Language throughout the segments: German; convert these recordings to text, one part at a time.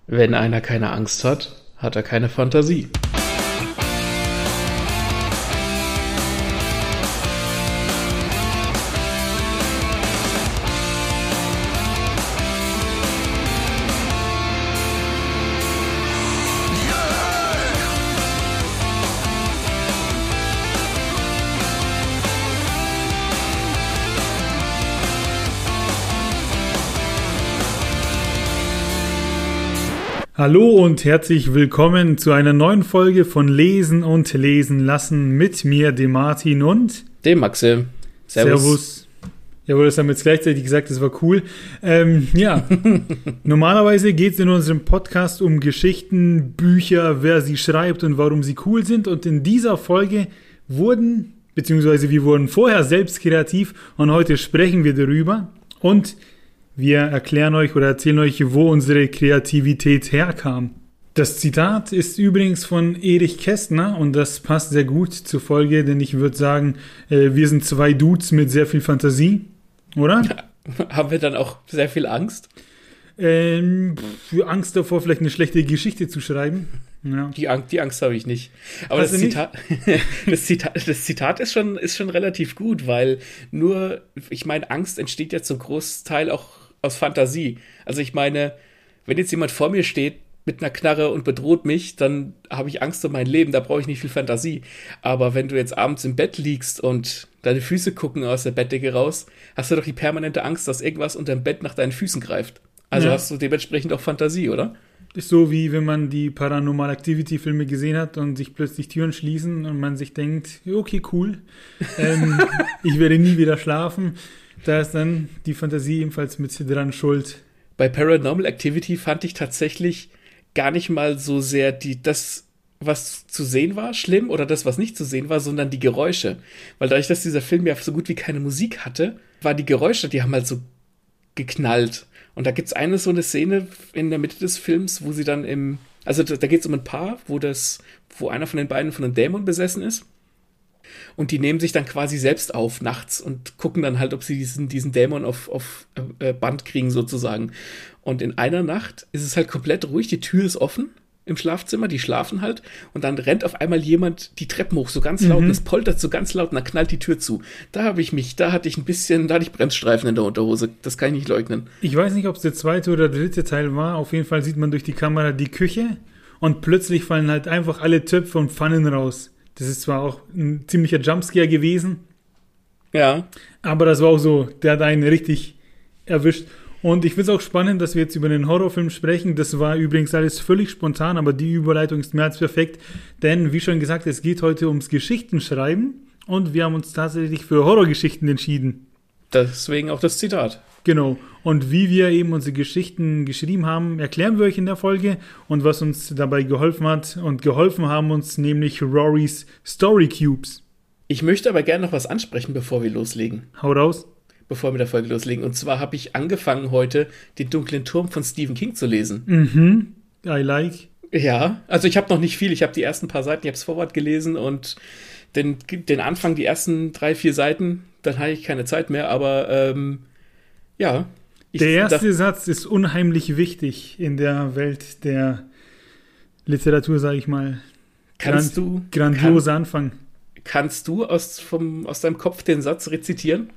Wenn einer keine Angst hat, hat er keine Fantasie. Hallo und herzlich willkommen zu einer neuen Folge von Lesen und Lesen lassen mit mir, dem Martin und Dem Maxim. Servus. Jawohl, das haben wir jetzt gleichzeitig gesagt, das war cool. Normalerweise geht es in unserem Podcast um Geschichten, Bücher, wer sie schreibt und warum sie cool sind. Und in dieser Folge wir wurden vorher selbst kreativ und heute sprechen wir darüber. Und wir erklären euch oder erzählen euch, wo unsere Kreativität herkam. Das Zitat ist übrigens von Erich Kästner und das passt sehr gut zur Folge, denn ich würde sagen, wir sind zwei Dudes mit sehr viel Fantasie, oder? Haben wir dann auch sehr viel Angst? Angst davor, vielleicht eine schlechte Geschichte zu schreiben. Ja. Die Angst habe ich nicht. Aber das Zitat ist schon relativ gut, weil ich meine, Angst entsteht ja zum Großteil auch aus Fantasie. Also ich meine, wenn jetzt jemand vor mir steht mit einer Knarre und bedroht mich, dann habe ich Angst um mein Leben, da brauche ich nicht viel Fantasie. Aber wenn du jetzt abends im Bett liegst und deine Füße gucken aus der Bettdecke raus, hast du doch die permanente Angst, dass irgendwas unterm Bett nach deinen Füßen greift. Also hast du dementsprechend auch Fantasie, oder? Ist so, wie wenn man die Paranormal Activity Filme gesehen hat und sich plötzlich Türen schließen und man sich denkt, okay, cool, ich werde nie wieder schlafen. Da ist dann die Fantasie ebenfalls mit dran schuld. Bei Paranormal Activity fand ich tatsächlich gar nicht mal so sehr das, was zu sehen war, schlimm oder das, was nicht zu sehen war, sondern die Geräusche. Weil dadurch, dass dieser Film ja so gut wie keine Musik hatte, war die Geräusche, die haben halt so geknallt. Und da gibt's so eine Szene in der Mitte des Films, wo sie dann da geht's um ein Paar, wo einer von den beiden von einem Dämon besessen ist. Und die nehmen sich dann quasi selbst auf nachts und gucken dann halt, ob sie diesen Dämon auf Band kriegen sozusagen. Und in einer Nacht ist es halt komplett ruhig, die Tür ist offen im Schlafzimmer, die schlafen halt und dann rennt auf einmal jemand die Treppen hoch, so ganz laut, und es poltert so ganz laut und dann knallt die Tür zu. Da hatte ich Bremsstreifen in der Unterhose, das kann ich nicht leugnen. Ich weiß nicht, ob es der zweite oder dritte Teil war, auf jeden Fall sieht man durch die Kamera die Küche und plötzlich fallen halt einfach alle Töpfe und Pfannen raus. Das ist zwar auch ein ziemlicher Jumpscare gewesen, ja, aber das war auch so, der hat einen richtig erwischt. Und ich finde es auch spannend, dass wir jetzt über einen Horrorfilm sprechen. Das war übrigens alles völlig spontan, aber die Überleitung ist mehr als perfekt. Denn, wie schon gesagt, es geht heute ums Geschichtenschreiben und wir haben uns tatsächlich für Horrorgeschichten entschieden. Deswegen auch das Zitat. Genau. Und wie wir eben unsere Geschichten geschrieben haben, erklären wir euch in der Folge und was uns dabei geholfen hat. Und geholfen haben uns nämlich Rorys Story Cubes. Ich möchte aber gerne noch was ansprechen, bevor wir loslegen. Hau raus. Bevor wir mit der Folge loslegen. Und zwar habe ich angefangen, heute den Dunklen Turm von Stephen King zu lesen. I like. Ja, also ich habe noch nicht viel. Ich habe die ersten paar Seiten, ich habe das Vorwort gelesen und den Anfang, die ersten 3-4 Seiten, dann hatte ich keine Zeit mehr, aber ja. Der erste Satz ist unheimlich wichtig in der Welt der Literatur, sage ich mal. Grandioser Anfang. Kannst du aus deinem Kopf den Satz rezitieren?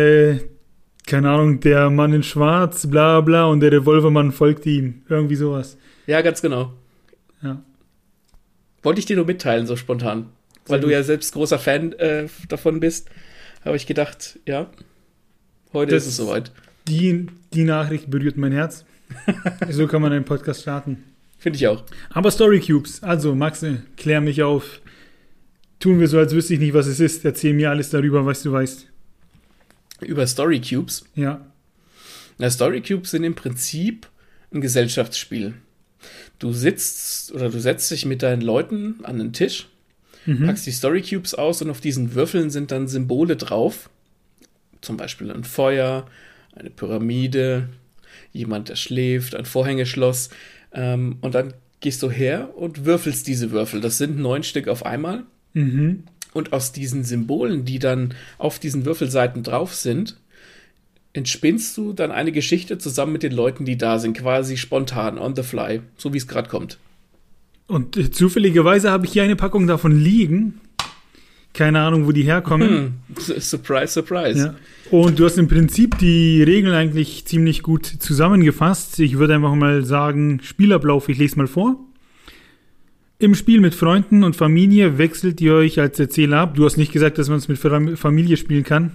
Keine Ahnung, der Mann in Schwarz, bla bla, und der Revolvermann folgt ihm. Irgendwie sowas. Ja, ganz genau. Ja. Wollte ich dir nur mitteilen, so spontan. Weil du ja selbst großer Fan davon bist, habe ich gedacht, ja, heute ist es soweit. Die Nachricht berührt mein Herz. So kann man einen Podcast starten. Finde ich auch. Aber Story Cubes, also Max, klär mich auf. Tun wir so, als wüsste ich nicht, was es ist. Erzähl mir alles darüber, was du weißt. Über Story Cubes? Ja. Na, Story Cubes sind im Prinzip ein Gesellschaftsspiel. Du setzt dich mit deinen Leuten an den Tisch, packst die Story Cubes aus und auf diesen Würfeln sind dann Symbole drauf. Zum Beispiel ein Feuer, eine Pyramide, jemand, der schläft, ein Vorhängeschloss. Und dann gehst du her und würfelst diese Würfel. Das sind 9 Stück auf einmal. Und aus diesen Symbolen, die dann auf diesen Würfelseiten drauf sind, entspinnst du dann eine Geschichte zusammen mit den Leuten, die da sind, quasi spontan, on the fly, so wie es gerade kommt. Und zufälligerweise habe ich hier eine Packung davon liegen. Keine Ahnung, wo die herkommen. Surprise, surprise. Ja. Und du hast im Prinzip die Regeln eigentlich ziemlich gut zusammengefasst. Ich würde einfach mal sagen, Spielablauf, ich lese mal vor. Im Spiel mit Freunden und Familie wechselt ihr euch als Erzähler ab. Du hast nicht gesagt, dass man es mit Familie spielen kann.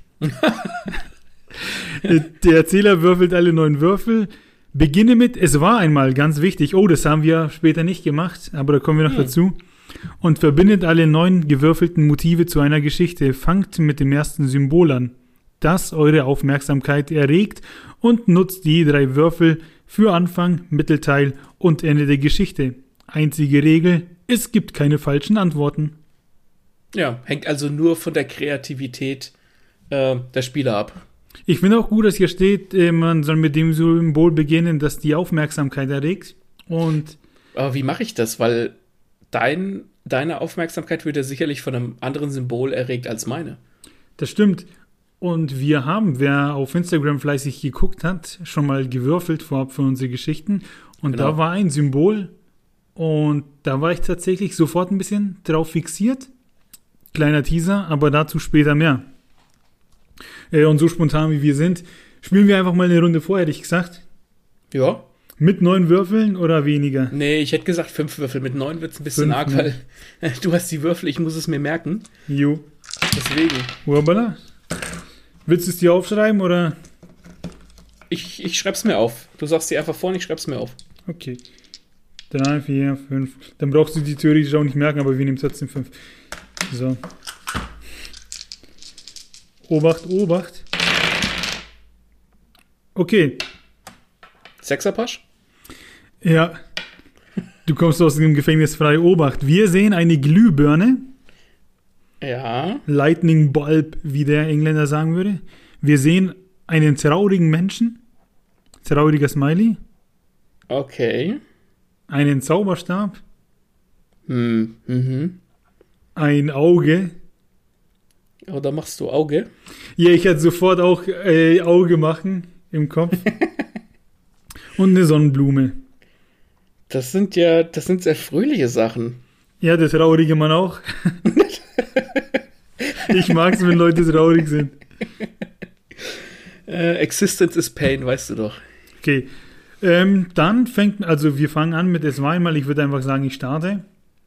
Der Erzähler würfelt alle 9 Würfel. Beginne mit, es war einmal, ganz wichtig. Oh, das haben wir später nicht gemacht, aber da kommen wir noch dazu. Und verbindet alle 9 gewürfelten Motive zu einer Geschichte. Fangt mit dem ersten Symbol an, das eure Aufmerksamkeit erregt, und nutzt die 3 Würfel für Anfang, Mittelteil und Ende der Geschichte. Einzige Regel, es gibt keine falschen Antworten. Ja, hängt also nur von der Kreativität der Spieler ab. Ich finde auch gut, dass hier steht, man soll mit dem Symbol beginnen, das die Aufmerksamkeit erregt. Aber wie mache ich das? Weil deine Aufmerksamkeit wird ja sicherlich von einem anderen Symbol erregt als meine. Das stimmt. Und wir haben, wer auf Instagram fleißig geguckt hat, schon mal gewürfelt vorab für unsere Geschichten. Und genau, da war ein Symbol. Und da war ich tatsächlich sofort ein bisschen drauf fixiert. Kleiner Teaser, aber dazu später mehr. Und so spontan wie wir sind, spielen wir einfach mal eine Runde vor, hätte ich gesagt. Ja. Mit 9 Würfeln oder weniger? Nee, ich hätte gesagt 5 Würfel. Mit 9 wird es ein bisschen arg, weil du hast die Würfel, ich muss es mir merken. Jo. Deswegen. Wabala. Willst du es dir aufschreiben, oder? Ich schreib's mir auf. Du sagst dir einfach vor und ich schreib's mir auf. Okay. 3, 4, 5. Dann brauchst du die theoretisch auch nicht merken, aber wir nehmen trotzdem 5. So. Obacht, Obacht. Okay. Sechserpasch? Ja. Du kommst aus dem Gefängnis frei. Obacht. Wir sehen eine Glühbirne. Ja. Lightning Bulb, wie der Engländer sagen würde. Wir sehen einen traurigen Menschen. Trauriger Smiley. Okay. Einen Zauberstab. Mhm. Ein Auge. Oder machst du Auge? Ja, ich hätte sofort auch Auge machen im Kopf. Und eine Sonnenblume. Das sind sehr fröhliche Sachen. Ja, der traurige Mann auch. Ich mag es, wenn Leute traurig sind. Existence is pain, weißt du doch. Okay. Dann wir fangen an mit es war einmal. Ich würde einfach sagen, ich starte.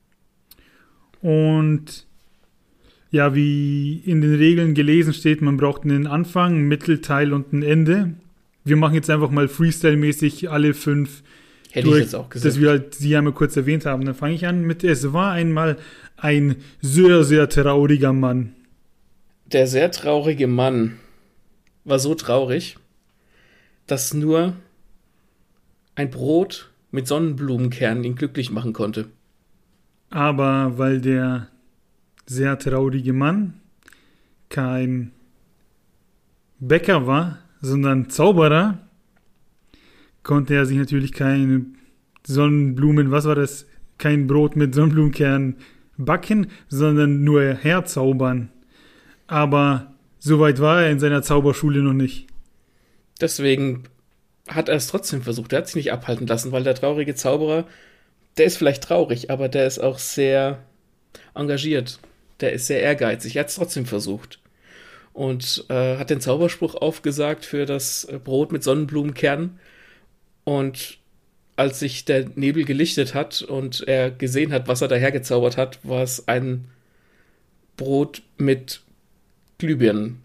Und ja, wie in den Regeln gelesen steht, man braucht einen Anfang, einen Mittelteil und ein Ende. Wir machen jetzt einfach mal Freestyle-mäßig alle 5 Hätte ich jetzt auch gesagt. Dass wir halt sie einmal kurz erwähnt haben. Dann fange ich an mit, es war einmal ein sehr, sehr trauriger Mann. Der sehr traurige Mann war so traurig, dass nur ein Brot mit Sonnenblumenkernen ihn glücklich machen konnte. Aber weil der sehr traurige Mann kein Bäcker war, sondern Zauberer, konnte er sich natürlich keine Sonnenblumen, was war das? Kein Brot mit Sonnenblumenkernen backen, sondern nur herzaubern. Aber so weit war er in seiner Zauberschule noch nicht. Deswegen hat er es trotzdem versucht. Er hat sich nicht abhalten lassen, weil der traurige Zauberer, der ist vielleicht traurig, aber der ist auch sehr engagiert. Der ist sehr ehrgeizig. Er hat es trotzdem versucht. Und hat den Zauberspruch aufgesagt für das Brot mit Sonnenblumenkernen. Und als sich der Nebel gelichtet hat und er gesehen hat, was er dahergezaubert hat, war es ein Brot mit Glühbirnen.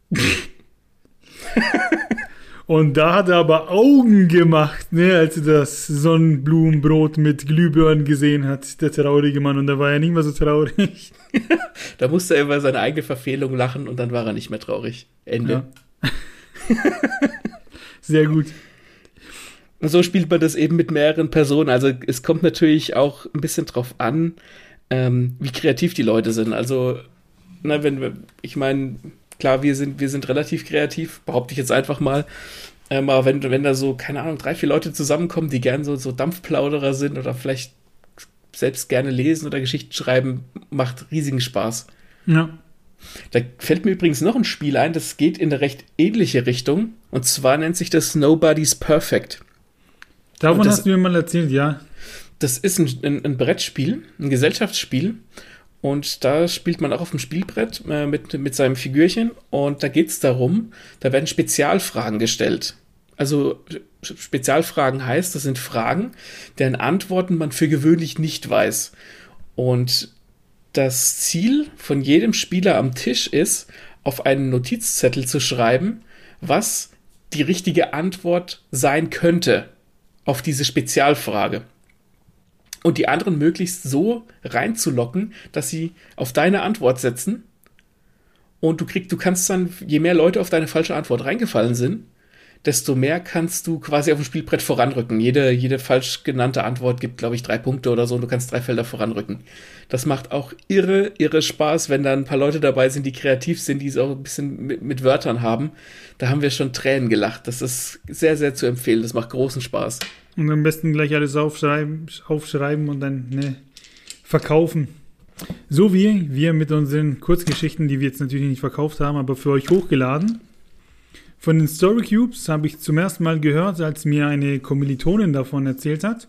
Und da hat er aber Augen gemacht, ne, als er das Sonnenblumenbrot mit Glühbirnen gesehen hat, der traurige Mann. Und da war er nicht mehr so traurig. Da musste er über seine eigene Verfehlung lachen und dann war er nicht mehr traurig. Ende. Ja. Sehr gut. Und so spielt man das eben mit mehreren Personen. Also es kommt natürlich auch ein bisschen drauf an, wie kreativ die Leute sind. Also, ich meine, klar, wir sind relativ kreativ, behaupte ich jetzt einfach mal. Aber wenn da so, keine Ahnung, 3, 4 Leute zusammenkommen, die gern so Dampfplauderer sind oder vielleicht selbst gerne lesen oder Geschichten schreiben, macht riesigen Spaß. Ja. Da fällt mir übrigens noch ein Spiel ein, das geht in eine recht ähnliche Richtung. Und zwar nennt sich das Nobody's Perfect. Davon hast du mir mal erzählt, ja. Das ist ein Brettspiel, ein Gesellschaftsspiel. Und da spielt man auch auf dem Spielbrett mit seinem Figürchen. Und da geht es darum, da werden Spezialfragen gestellt. Also Spezialfragen heißt, das sind Fragen, deren Antworten man für gewöhnlich nicht weiß. Und das Ziel von jedem Spieler am Tisch ist, auf einen Notizzettel zu schreiben, was die richtige Antwort sein könnte auf diese Spezialfrage. Und die anderen möglichst so reinzulocken, dass sie auf deine Antwort setzen. Und du kannst dann, je mehr Leute auf deine falsche Antwort reingefallen sind, desto mehr kannst du quasi auf dem Spielbrett voranrücken. Jede falsch genannte Antwort gibt, glaube ich, 3 Punkte oder so und du kannst 3 Felder voranrücken. Das macht auch irre Spaß, wenn da ein paar Leute dabei sind, die kreativ sind, die es auch ein bisschen mit Wörtern haben. Da haben wir schon Tränen gelacht. Das ist sehr, sehr zu empfehlen. Das macht großen Spaß. Und am besten gleich alles aufschreiben und dann verkaufen. So wie wir mit unseren Kurzgeschichten, die wir jetzt natürlich nicht verkauft haben, aber für euch hochgeladen. Von den Story Cubes habe ich zum ersten Mal gehört, als mir eine Kommilitonin davon erzählt hat.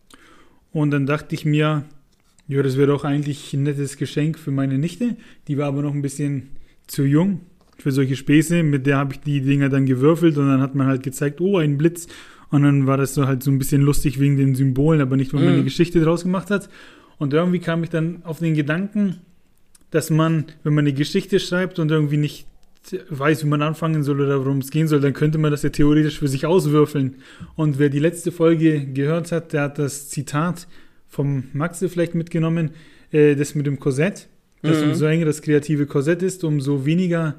Und dann dachte ich mir, ja, das wäre doch eigentlich ein nettes Geschenk für meine Nichte. Die war aber noch ein bisschen zu jung für solche Späße. Mit der habe ich die Dinger dann gewürfelt und dann hat man halt gezeigt, oh, ein Blitz. Und dann war das so halt so ein bisschen lustig wegen den Symbolen, aber nicht, weil man eine Geschichte draus gemacht hat. Und irgendwie kam ich dann auf den Gedanken, dass man, wenn man eine Geschichte schreibt und irgendwie nicht weiß, wie man anfangen soll oder worum es gehen soll, dann könnte man das ja theoretisch für sich auswürfeln. Und wer die letzte Folge gehört hat, der hat das Zitat vom Maxe vielleicht mitgenommen, das mit dem Korsett, dass umso enger das kreative Korsett ist, umso weniger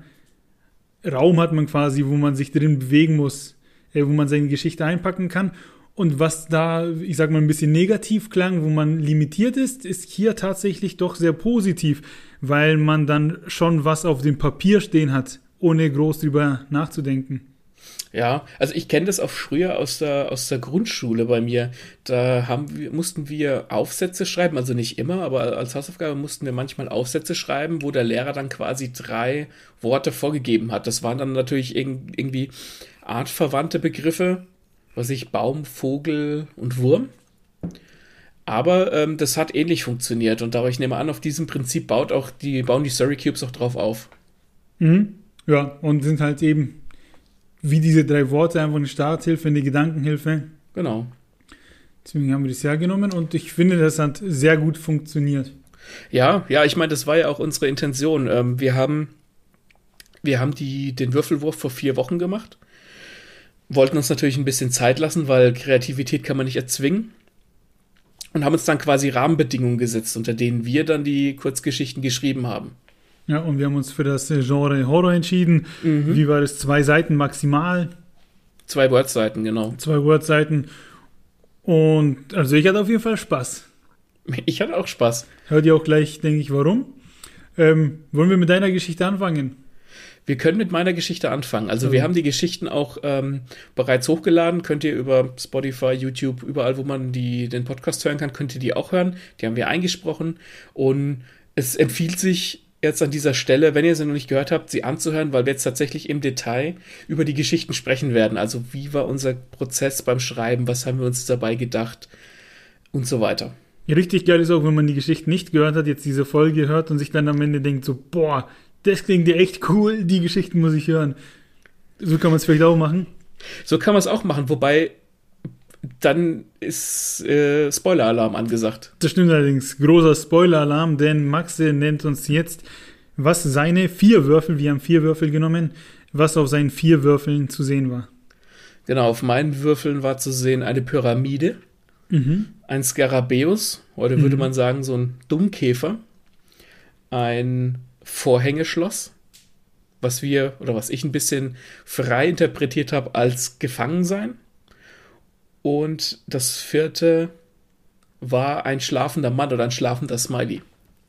Raum hat man quasi, wo man sich drin bewegen muss, wo man seine Geschichte einpacken kann. Und was da, ich sag mal, ein bisschen negativ klang, wo man limitiert ist hier tatsächlich doch sehr positiv, weil man dann schon was auf dem Papier stehen hat, ohne groß drüber nachzudenken. Ja, also ich kenne das auch früher aus der Grundschule bei mir. Da mussten wir Aufsätze schreiben, also nicht immer, aber als Hausaufgabe mussten wir manchmal Aufsätze schreiben, wo der Lehrer dann quasi 3 Worte vorgegeben hat. Das waren dann natürlich irgendwie artverwandte Begriffe, was ich Baum, Vogel und Wurm. Aber das hat ähnlich funktioniert und ich nehme an, auf diesem Prinzip bauen die Story Cubes auch drauf auf. Mhm. Ja, und sind halt eben wie diese 3 Worte einfach eine Starthilfe, eine Gedankenhilfe. Genau. Deswegen haben wir das hergenommen und ich finde, das hat sehr gut funktioniert. Ja, ich meine, das war ja auch unsere Intention. Wir haben den Würfelwurf vor 4 Wochen gemacht. Wollten uns natürlich ein bisschen Zeit lassen, weil Kreativität kann man nicht erzwingen. Und haben uns dann quasi Rahmenbedingungen gesetzt, unter denen wir dann die Kurzgeschichten geschrieben haben. Ja, und wir haben uns für das Genre Horror entschieden. Wie war das? 2 Seiten maximal? 2 Wordseiten, genau. 2 Wordseiten. Und also ich hatte auf jeden Fall Spaß. Ich hatte auch Spaß. Hört ihr auch gleich, denke ich, warum. Wollen wir mit deiner Geschichte anfangen? Wir können mit meiner Geschichte anfangen. Also wir haben die Geschichten auch bereits hochgeladen. Könnt ihr über Spotify, YouTube, überall, wo man den Podcast hören kann, könnt ihr die auch hören. Die haben wir eingesprochen. Und es empfiehlt sich jetzt an dieser Stelle, wenn ihr sie noch nicht gehört habt, sie anzuhören, weil wir jetzt tatsächlich im Detail über die Geschichten sprechen werden. Also wie war unser Prozess beim Schreiben, was haben wir uns dabei gedacht und so weiter. Ja, richtig geil ist auch, wenn man die Geschichte nicht gehört hat, jetzt diese Folge hört und sich dann am Ende denkt so, boah, das klingt ja echt cool, die Geschichten muss ich hören. So kann man es vielleicht auch machen. So kann man es auch machen, wobei dann ist Spoiler-Alarm angesagt. Das stimmt allerdings. Großer Spoiler-Alarm, denn Maxe nennt uns jetzt, was seine 4 Würfel, wir haben 4 Würfel genommen, was auf seinen 4 Würfeln zu sehen war. Genau, auf meinen Würfeln war zu sehen eine Pyramide, ein Skarabäus, heute würde man sagen so ein Dummkäfer, ein Vorhängeschloss, was ich ein bisschen frei interpretiert habe als Gefangensein. Und das 4. war ein schlafender Mann oder ein schlafender Smiley.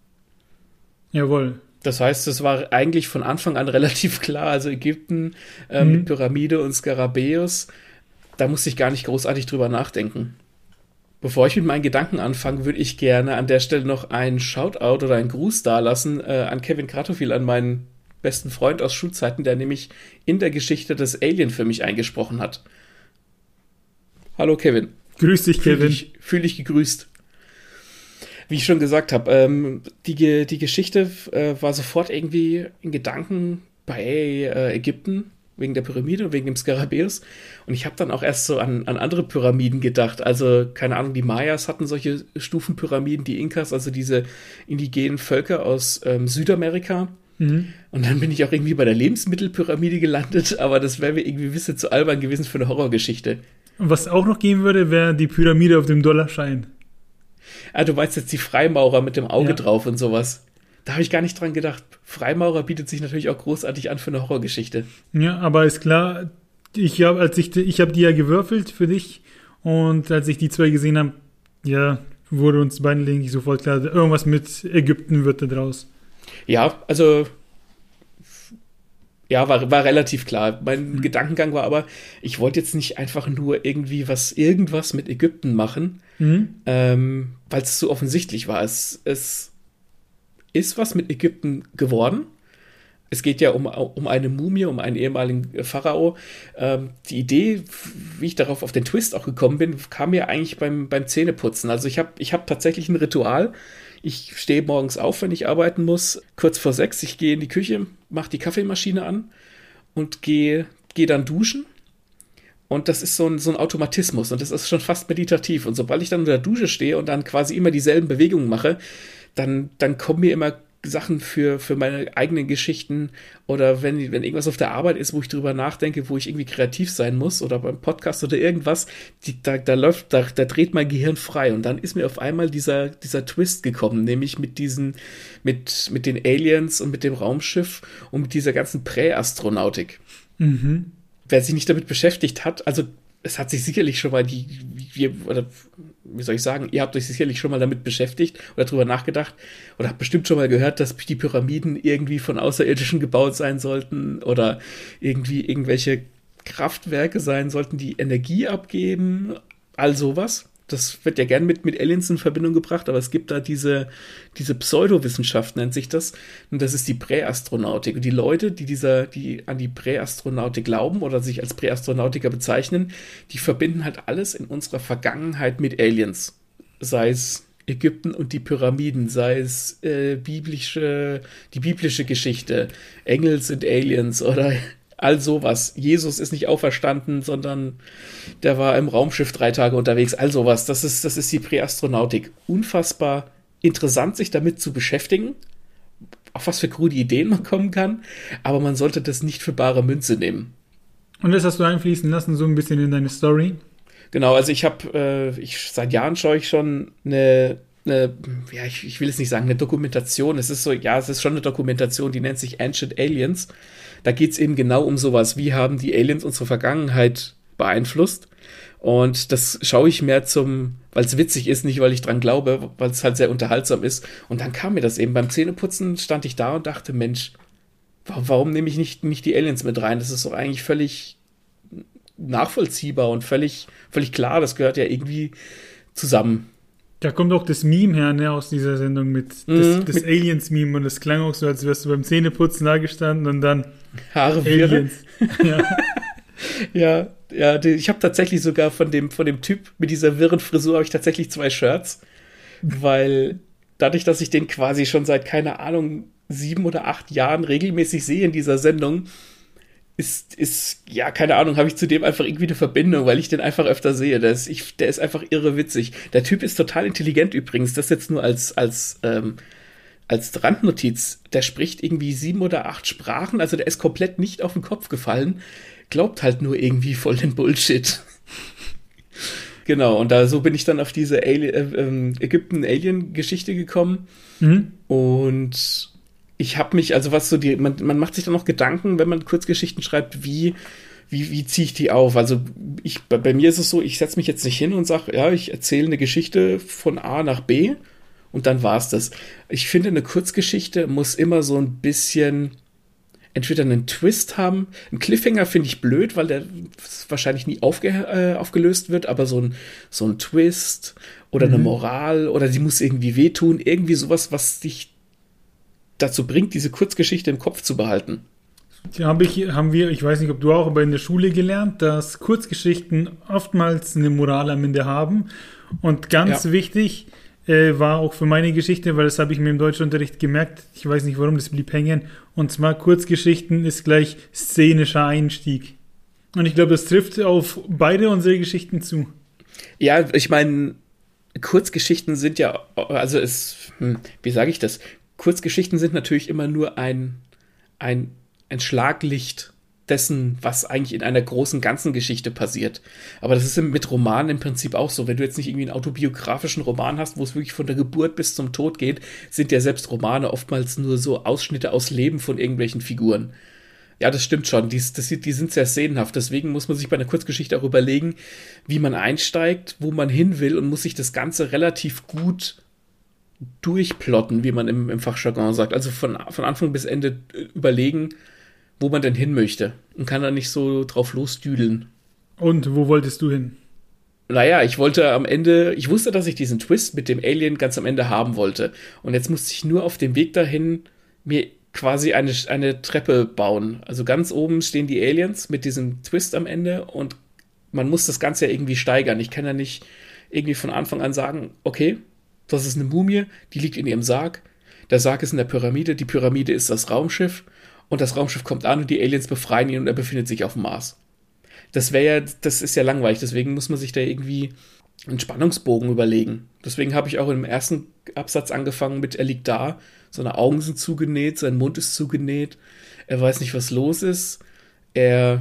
Jawohl. Das heißt, es war eigentlich von Anfang an relativ klar. Also Ägypten mit Pyramide und Skarabäus, da musste ich gar nicht großartig drüber nachdenken. Bevor ich mit meinen Gedanken anfange, würde ich gerne an der Stelle noch einen Shoutout oder einen Gruß dalassen an Kevin Kratochwil, an meinen besten Freund aus Schulzeiten, der nämlich in der Geschichte des Alien für mich eingesprochen hat. Hallo Kevin. Grüß dich, Kevin. Fühl dich gegrüßt. Wie ich schon gesagt habe, die Geschichte war sofort irgendwie in Gedanken bei Ägypten, wegen der Pyramide und wegen dem Skarabäus. Und ich habe dann auch erst so an andere Pyramiden gedacht. Also, keine Ahnung, die Mayas hatten solche Stufenpyramiden, die Inkas, also diese indigenen Völker aus Südamerika. Mhm. Und dann bin ich auch irgendwie bei der Lebensmittelpyramide gelandet, aber das wäre mir irgendwie ein bisschen zu albern gewesen für eine Horrorgeschichte. Und was auch noch gehen würde, wäre die Pyramide auf dem Dollarschein. Ah, du meinst jetzt die Freimaurer mit dem Auge drauf und sowas. Da habe ich gar nicht dran gedacht. Freimaurer bietet sich natürlich auch großartig an für eine Horrorgeschichte. Ja, aber ist klar, ich habe die ja gewürfelt für dich und als ich die zwei gesehen habe, ja, wurde uns beiden nicht sofort klar, irgendwas mit Ägypten wird da draus. Ja, also ja, war relativ klar. Mein Gedankengang war aber, ich wollte jetzt nicht einfach nur irgendwas mit Ägypten machen, weil es so offensichtlich war. Es ist was mit Ägypten geworden. Es geht ja um eine Mumie, um einen ehemaligen Pharao. Die Idee, wie ich darauf auf den Twist auch gekommen bin, kam mir eigentlich beim Zähneputzen. Also ich hab tatsächlich ein Ritual. Ich stehe morgens auf, wenn ich arbeiten muss, kurz vor 6. Ich gehe in die Küche, mache die Kaffeemaschine an und gehe dann duschen. Und das ist so ein Automatismus und das ist schon fast meditativ. Und sobald ich dann unter der Dusche stehe und dann quasi immer dieselben Bewegungen mache, dann kommen mir immer Sachen für meine eigenen Geschichten oder wenn irgendwas auf der Arbeit ist, wo ich drüber nachdenke, wo ich irgendwie kreativ sein muss oder beim Podcast oder irgendwas, da dreht mein Gehirn frei und dann ist mir auf einmal dieser Twist gekommen, nämlich mit den Aliens und mit dem Raumschiff und mit dieser ganzen Präastronautik. Mhm. Wer sich nicht damit beschäftigt hat, also es hat sich sicherlich schon mal ihr habt euch sicherlich schon mal damit beschäftigt oder drüber nachgedacht oder habt bestimmt schon mal gehört, dass die Pyramiden irgendwie von Außerirdischen gebaut sein sollten oder irgendwie irgendwelche Kraftwerke sein sollten, die Energie abgeben, all sowas. Das wird ja gern mit Aliens in Verbindung gebracht, aber es gibt da diese Pseudowissenschaft, nennt sich das. Und das ist die Präastronautik. Und die Leute, die an die Präastronautik glauben oder sich als Präastronautiker bezeichnen, die verbinden halt alles in unserer Vergangenheit mit Aliens. Sei es Ägypten und die Pyramiden, sei es die biblische Geschichte, Engel sind Aliens oder all sowas. Jesus ist nicht auferstanden, sondern der war im Raumschiff 3 Tage unterwegs. All sowas. Das ist die Präastronautik. Unfassbar interessant, sich damit zu beschäftigen. Auf was für krude Ideen man kommen kann. Aber man sollte das nicht für bare Münze nehmen. Und das hast du einfließen lassen, so ein bisschen in deine Story? Genau, also seit Jahren schaue ich schon ich will es nicht sagen, eine Dokumentation. Es ist schon eine Dokumentation, die nennt sich Ancient Aliens. Da geht es eben genau um sowas. Wie haben die Aliens unsere Vergangenheit beeinflusst? Und das schaue ich mehr weil es witzig ist, nicht weil ich dran glaube, weil es halt sehr unterhaltsam ist. Und dann kam mir das eben. Beim Zähneputzen stand ich da und dachte, Mensch, warum nehme ich nicht die Aliens mit rein? Das ist doch eigentlich völlig nachvollziehbar und völlig klar. Das gehört ja irgendwie zusammen. Da kommt auch das Meme her, ne, aus dieser Sendung das Aliens-Meme und das klang auch so, als wärst du beim Zähneputzen da gestanden und dann Haare Aliens. Ja, ich habe tatsächlich sogar von dem Typ mit dieser wirren Frisur habe ich tatsächlich 2 Shirts, weil dadurch, dass ich den quasi schon seit, keine Ahnung, 7 oder 8 Jahren regelmäßig sehe in dieser Sendung, keine Ahnung, habe ich zu dem einfach irgendwie eine Verbindung, weil ich den einfach öfter sehe. Der ist einfach irre witzig. Der Typ ist total intelligent übrigens, das jetzt nur als Randnotiz. Der spricht irgendwie 7 oder 8 Sprachen, also der ist komplett nicht auf den Kopf gefallen, glaubt halt nur irgendwie voll den Bullshit. Genau, und so bin ich dann auf diese Ägypten-Alien-Geschichte gekommen. Mhm. Und ich habe mich, also man macht sich dann noch Gedanken, wenn man Kurzgeschichten schreibt, wie ziehe ich die auf? Also bei mir ist es so, ich setze mich jetzt nicht hin und sage, ja, ich erzähle eine Geschichte von A nach B und dann war's das. Ich finde, eine Kurzgeschichte muss immer so ein bisschen entweder einen Twist haben. Ein Cliffhanger finde ich blöd, weil der wahrscheinlich nie aufgelöst wird, aber so ein Twist oder eine Moral oder sie muss irgendwie wehtun, irgendwie sowas, was dich dazu bringt, diese Kurzgeschichte im Kopf zu behalten. Haben wir, ich weiß nicht, ob du auch, aber in der Schule gelernt, dass Kurzgeschichten oftmals eine Moral am Ende haben. Und ganz wichtig war auch für meine Geschichte, weil das habe ich mir im Deutschunterricht gemerkt, ich weiß nicht warum, das blieb hängen. Und zwar Kurzgeschichten ist gleich szenischer Einstieg. Und ich glaube, das trifft auf beide unsere Geschichten zu. Ja, ich meine, Kurzgeschichten sind ja, also wie sage ich das? Kurzgeschichten sind natürlich immer nur ein Schlaglicht dessen, was eigentlich in einer großen ganzen Geschichte passiert. Aber das ist mit Romanen im Prinzip auch so. Wenn du jetzt nicht irgendwie einen autobiografischen Roman hast, wo es wirklich von der Geburt bis zum Tod geht, sind ja selbst Romane oftmals nur so Ausschnitte aus Leben von irgendwelchen Figuren. Ja, das stimmt schon. Die sind sehr szenenhaft. Deswegen muss man sich bei einer Kurzgeschichte auch überlegen, wie man einsteigt, wo man hin will und muss sich das Ganze relativ gut durchplotten, wie man im Fachjargon sagt. Also von Anfang bis Ende überlegen, wo man denn hin möchte. Und kann da nicht so drauf losdüdeln. Und wo wolltest du hin? Naja, ich wusste, dass ich diesen Twist mit dem Alien ganz am Ende haben wollte. Und jetzt musste ich nur auf dem Weg dahin mir quasi eine Treppe bauen. Also ganz oben stehen die Aliens mit diesem Twist am Ende und man muss das Ganze ja irgendwie steigern. Ich kann ja nicht irgendwie von Anfang an sagen, okay, das ist eine Mumie, die liegt in ihrem Sarg. Der Sarg ist in der Pyramide, die Pyramide ist das Raumschiff und das Raumschiff kommt an und die Aliens befreien ihn und er befindet sich auf dem Mars. Das ist ja langweilig, deswegen muss man sich da irgendwie einen Spannungsbogen überlegen. Deswegen habe ich auch im ersten Absatz angefangen mit, er liegt da, seine Augen sind zugenäht, sein Mund ist zugenäht, er weiß nicht, was los ist, er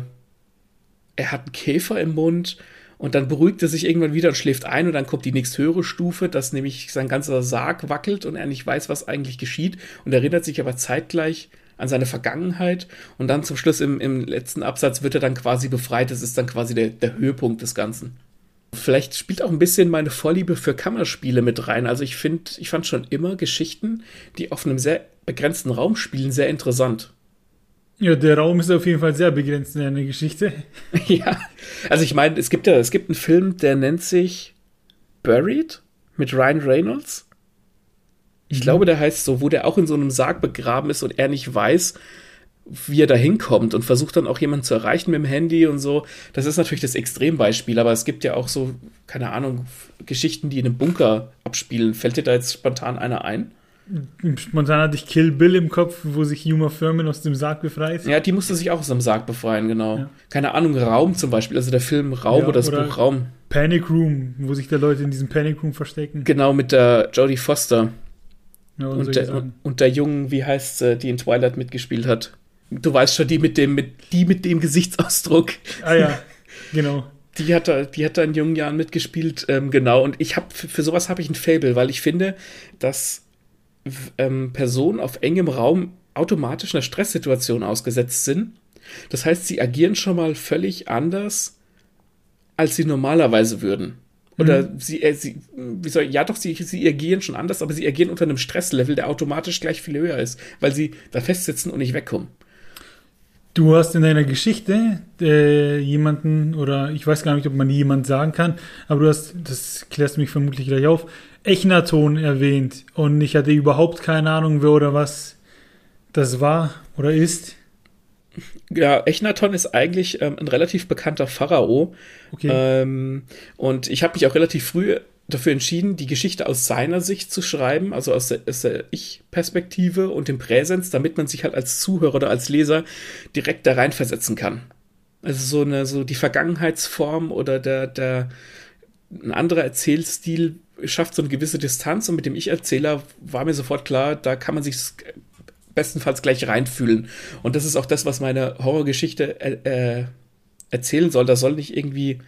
hat einen Käfer im Mund und dann beruhigt er sich irgendwann wieder und schläft ein und dann kommt die nächsthöhere Stufe, dass nämlich sein ganzer Sarg wackelt und er nicht weiß, was eigentlich geschieht und erinnert sich aber zeitgleich an seine Vergangenheit und dann zum Schluss im letzten Absatz wird er dann quasi befreit. Das ist dann quasi der Höhepunkt des Ganzen. Vielleicht spielt auch ein bisschen meine Vorliebe für Kammerspiele mit rein. Also ich fand schon immer Geschichten, die auf einem sehr begrenzten Raum spielen, sehr interessant. Ja, der Raum ist auf jeden Fall sehr begrenzt in einer Geschichte. Ja, also ich meine, es gibt einen Film, der nennt sich Buried mit Ryan Reynolds. Ich glaube, der heißt so, wo der auch in so einem Sarg begraben ist und er nicht weiß, wie er da hinkommt und versucht dann auch jemanden zu erreichen mit dem Handy und so. Das ist natürlich das Extrembeispiel, aber es gibt ja auch so, keine Ahnung, Geschichten, die in einem Bunker abspielen. Fällt dir da jetzt spontan einer ein? Spontan hatte ich Kill Bill im Kopf, wo sich Uma Thurman aus dem Sarg befreit. Ja, die musste sich auch aus dem Sarg befreien, genau. Ja. Keine Ahnung, Raum zum Beispiel, also der Film Raum oder das Buch Raum. Panic Room, wo sich da Leute in diesem Panic Room verstecken. Genau, mit der Jodie Foster. Ja, und der Jungen, wie heißt sie, die in Twilight mitgespielt hat? Du weißt schon, die mit dem Gesichtsausdruck. Ah ja, genau. Die hat da in jungen Jahren mitgespielt, genau. Und für sowas habe ich ein Faible, weil ich finde, dass Personen auf engem Raum automatisch einer Stresssituation ausgesetzt sind. Das heißt, sie agieren schon mal völlig anders, als sie normalerweise würden. Oder sie agieren schon anders, aber sie agieren unter einem Stresslevel, der automatisch gleich viel höher ist, weil sie da festsitzen und nicht wegkommen. Du hast in deiner Geschichte jemanden, oder ich weiß gar nicht, ob man jemand sagen kann, aber du hast, das klärst du mich vermutlich gleich auf, Echnaton erwähnt und ich hatte überhaupt keine Ahnung, wer oder was das war oder ist. Ja, Echnaton ist eigentlich ein relativ bekannter Pharao. Okay. Und ich habe mich auch relativ früh dafür entschieden, die Geschichte aus seiner Sicht zu schreiben, also aus der Ich-Perspektive und dem Präsens, damit man sich halt als Zuhörer oder als Leser direkt da reinversetzen kann. Also so die Vergangenheitsform oder ein anderer Erzählstil schafft so eine gewisse Distanz und mit dem Ich-Erzähler war mir sofort klar, da kann man sich bestenfalls gleich reinfühlen. Und das ist auch das, was meine Horrorgeschichte erzählen soll. Da soll nicht irgendwie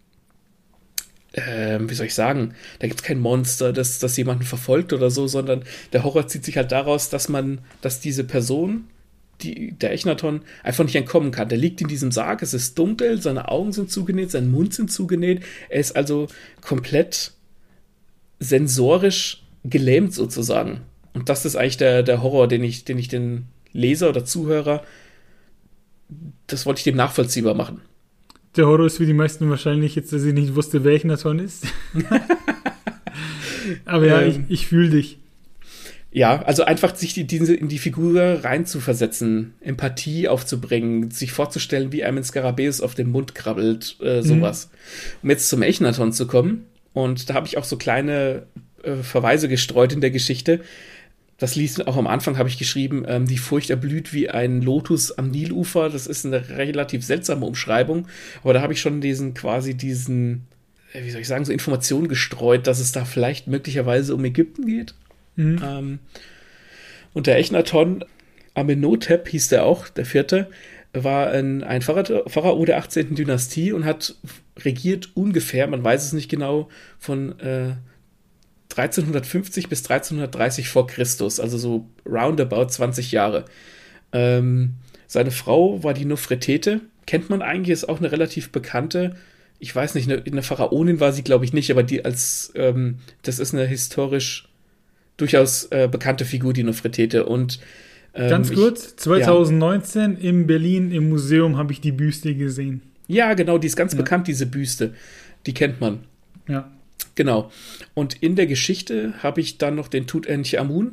wie soll ich sagen, da gibt es kein Monster, das jemanden verfolgt oder so, sondern der Horror zieht sich halt daraus, dass diese Person, der Echnaton, einfach nicht entkommen kann. Der liegt in diesem Sarg, es ist dunkel, seine Augen sind zugenäht, sein Mund sind zugenäht, er ist also komplett sensorisch gelähmt sozusagen. Und das ist eigentlich der Horror, den ich den Leser oder Zuhörer das wollte ich dem nachvollziehbar machen. Der Horror ist für die meisten wahrscheinlich jetzt, dass ich nicht wusste, wer Echnaton ist. Aber ja, ich fühle dich. Ja, also einfach sich in die Figur reinzuversetzen, Empathie aufzubringen, sich vorzustellen, wie einem ein Skarabäus auf den Mund krabbelt, sowas. Um jetzt zum Echnaton zu kommen, und da habe ich auch so kleine Verweise gestreut in der Geschichte. Das liest auch am Anfang, habe ich geschrieben, die Furcht erblüht wie ein Lotus am Nilufer. Das ist eine relativ seltsame Umschreibung, aber da habe ich schon diesen, wie soll ich sagen, so Informationen gestreut, dass es da vielleicht möglicherweise um Ägypten geht. Und der Echnaton, Amenhotep hieß der auch, der vierte, war ein Pharao der 18. Dynastie und hat regiert ungefähr, man weiß es nicht genau, von 1350 bis 1330 vor Christus, also so roundabout 20 Jahre. Seine Frau war die Nofretete, kennt man eigentlich, ist auch eine relativ bekannte, ich weiß nicht, eine Pharaonin war sie, glaube ich, nicht, aber die das ist eine historisch durchaus bekannte Figur, die Nofretete. Und ganz kurz, 2019 in Berlin im Museum habe ich die Büste gesehen. Ja, genau, die ist ganz bekannt, diese Büste. Die kennt man. Ja. Genau. Und in der Geschichte habe ich dann noch den Tutanchamun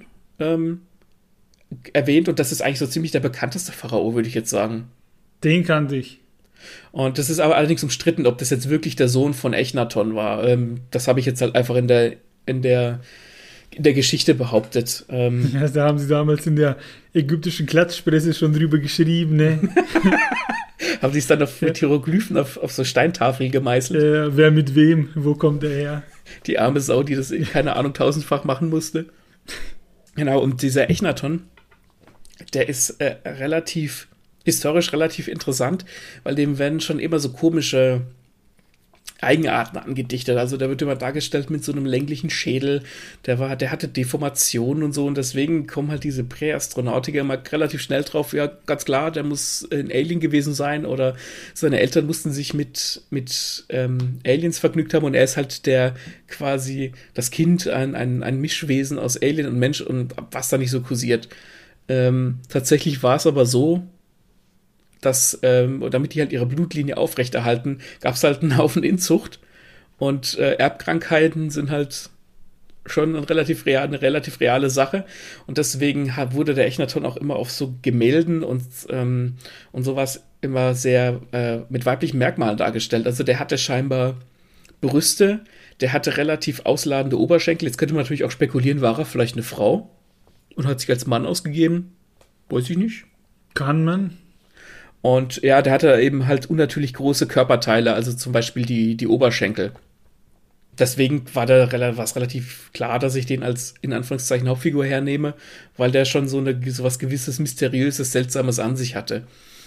erwähnt, und das ist eigentlich so ziemlich der bekannteste Pharao, würde ich jetzt sagen. Den kannte ich. Und das ist aber allerdings umstritten, ob das jetzt wirklich der Sohn von Echnaton war. Das habe ich jetzt halt einfach in der Geschichte behauptet. Ja, da haben sie damals in der ägyptischen Klatschpresse schon drüber geschrieben, ne? Haben sie es dann mit Hieroglyphen auf so Steintafeln gemeißelt? Wer mit wem? Wo kommt er her? Die arme Sau, die das, keine Ahnung, tausendfach musste. Genau, und dieser Echnaton, der ist historisch relativ interessant, weil dem werden schon immer so komische Eigenarten angedichtet. Also der wird immer dargestellt mit so einem länglichen Schädel. Der hatte Deformationen und so, und deswegen kommen halt diese Präastronautiker immer relativ schnell drauf. Ja, ganz klar, der muss ein Alien gewesen sein, oder seine Eltern mussten sich mit Aliens vergnügt haben, und er ist halt quasi das Kind, ein Mischwesen aus Alien und Mensch, und was da nicht so kursiert. Tatsächlich war es aber so, dass, damit die halt ihre Blutlinie aufrechterhalten, gab es halt einen Haufen Inzucht, und Erbkrankheiten sind halt schon eine relativ reale Sache, und deswegen wurde der Echnaton auch immer auf so Gemälden und sowas immer sehr mit weiblichen Merkmalen dargestellt. Also der hatte scheinbar Brüste, der hatte relativ ausladende Oberschenkel. Jetzt könnte man natürlich auch spekulieren, war er vielleicht eine Frau und hat sich als Mann ausgegeben? Weiß ich nicht. Kann man. Und ja, der hatte eben halt unnatürlich große Körperteile, also zum Beispiel die Oberschenkel. Deswegen war es relativ klar, dass ich den als, in Anführungszeichen, Hauptfigur hernehme, weil der schon so was gewisses Mysteriöses, Seltsames an sich hatte.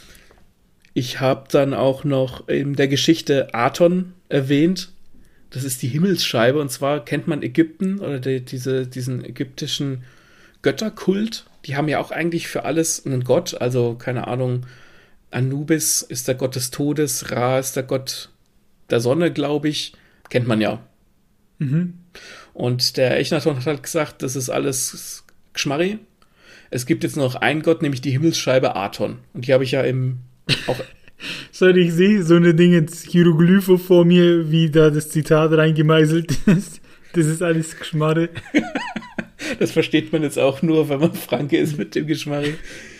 Ich habe dann auch noch in der Geschichte Aton erwähnt. Das ist die Himmelsscheibe, und zwar kennt man Ägypten oder diesen ägyptischen Götterkult. Die haben ja auch eigentlich für alles einen Gott, also keine Ahnung, Anubis ist der Gott des Todes, Ra ist der Gott der Sonne, glaube ich. Kennt man ja. Mhm. Und der Echnaton hat halt gesagt, das ist alles Geschmarri. Es gibt jetzt nur noch einen Gott, nämlich die Himmelsscheibe Aton. Und die habe ich ja auch... Sorry, ich sehe so eine Dinge, Hieroglyphe vor mir, wie da das Zitat reingemeißelt ist. Das ist alles Geschmarre. Das versteht man jetzt auch nur, wenn man Franke ist mit dem Geschmarri.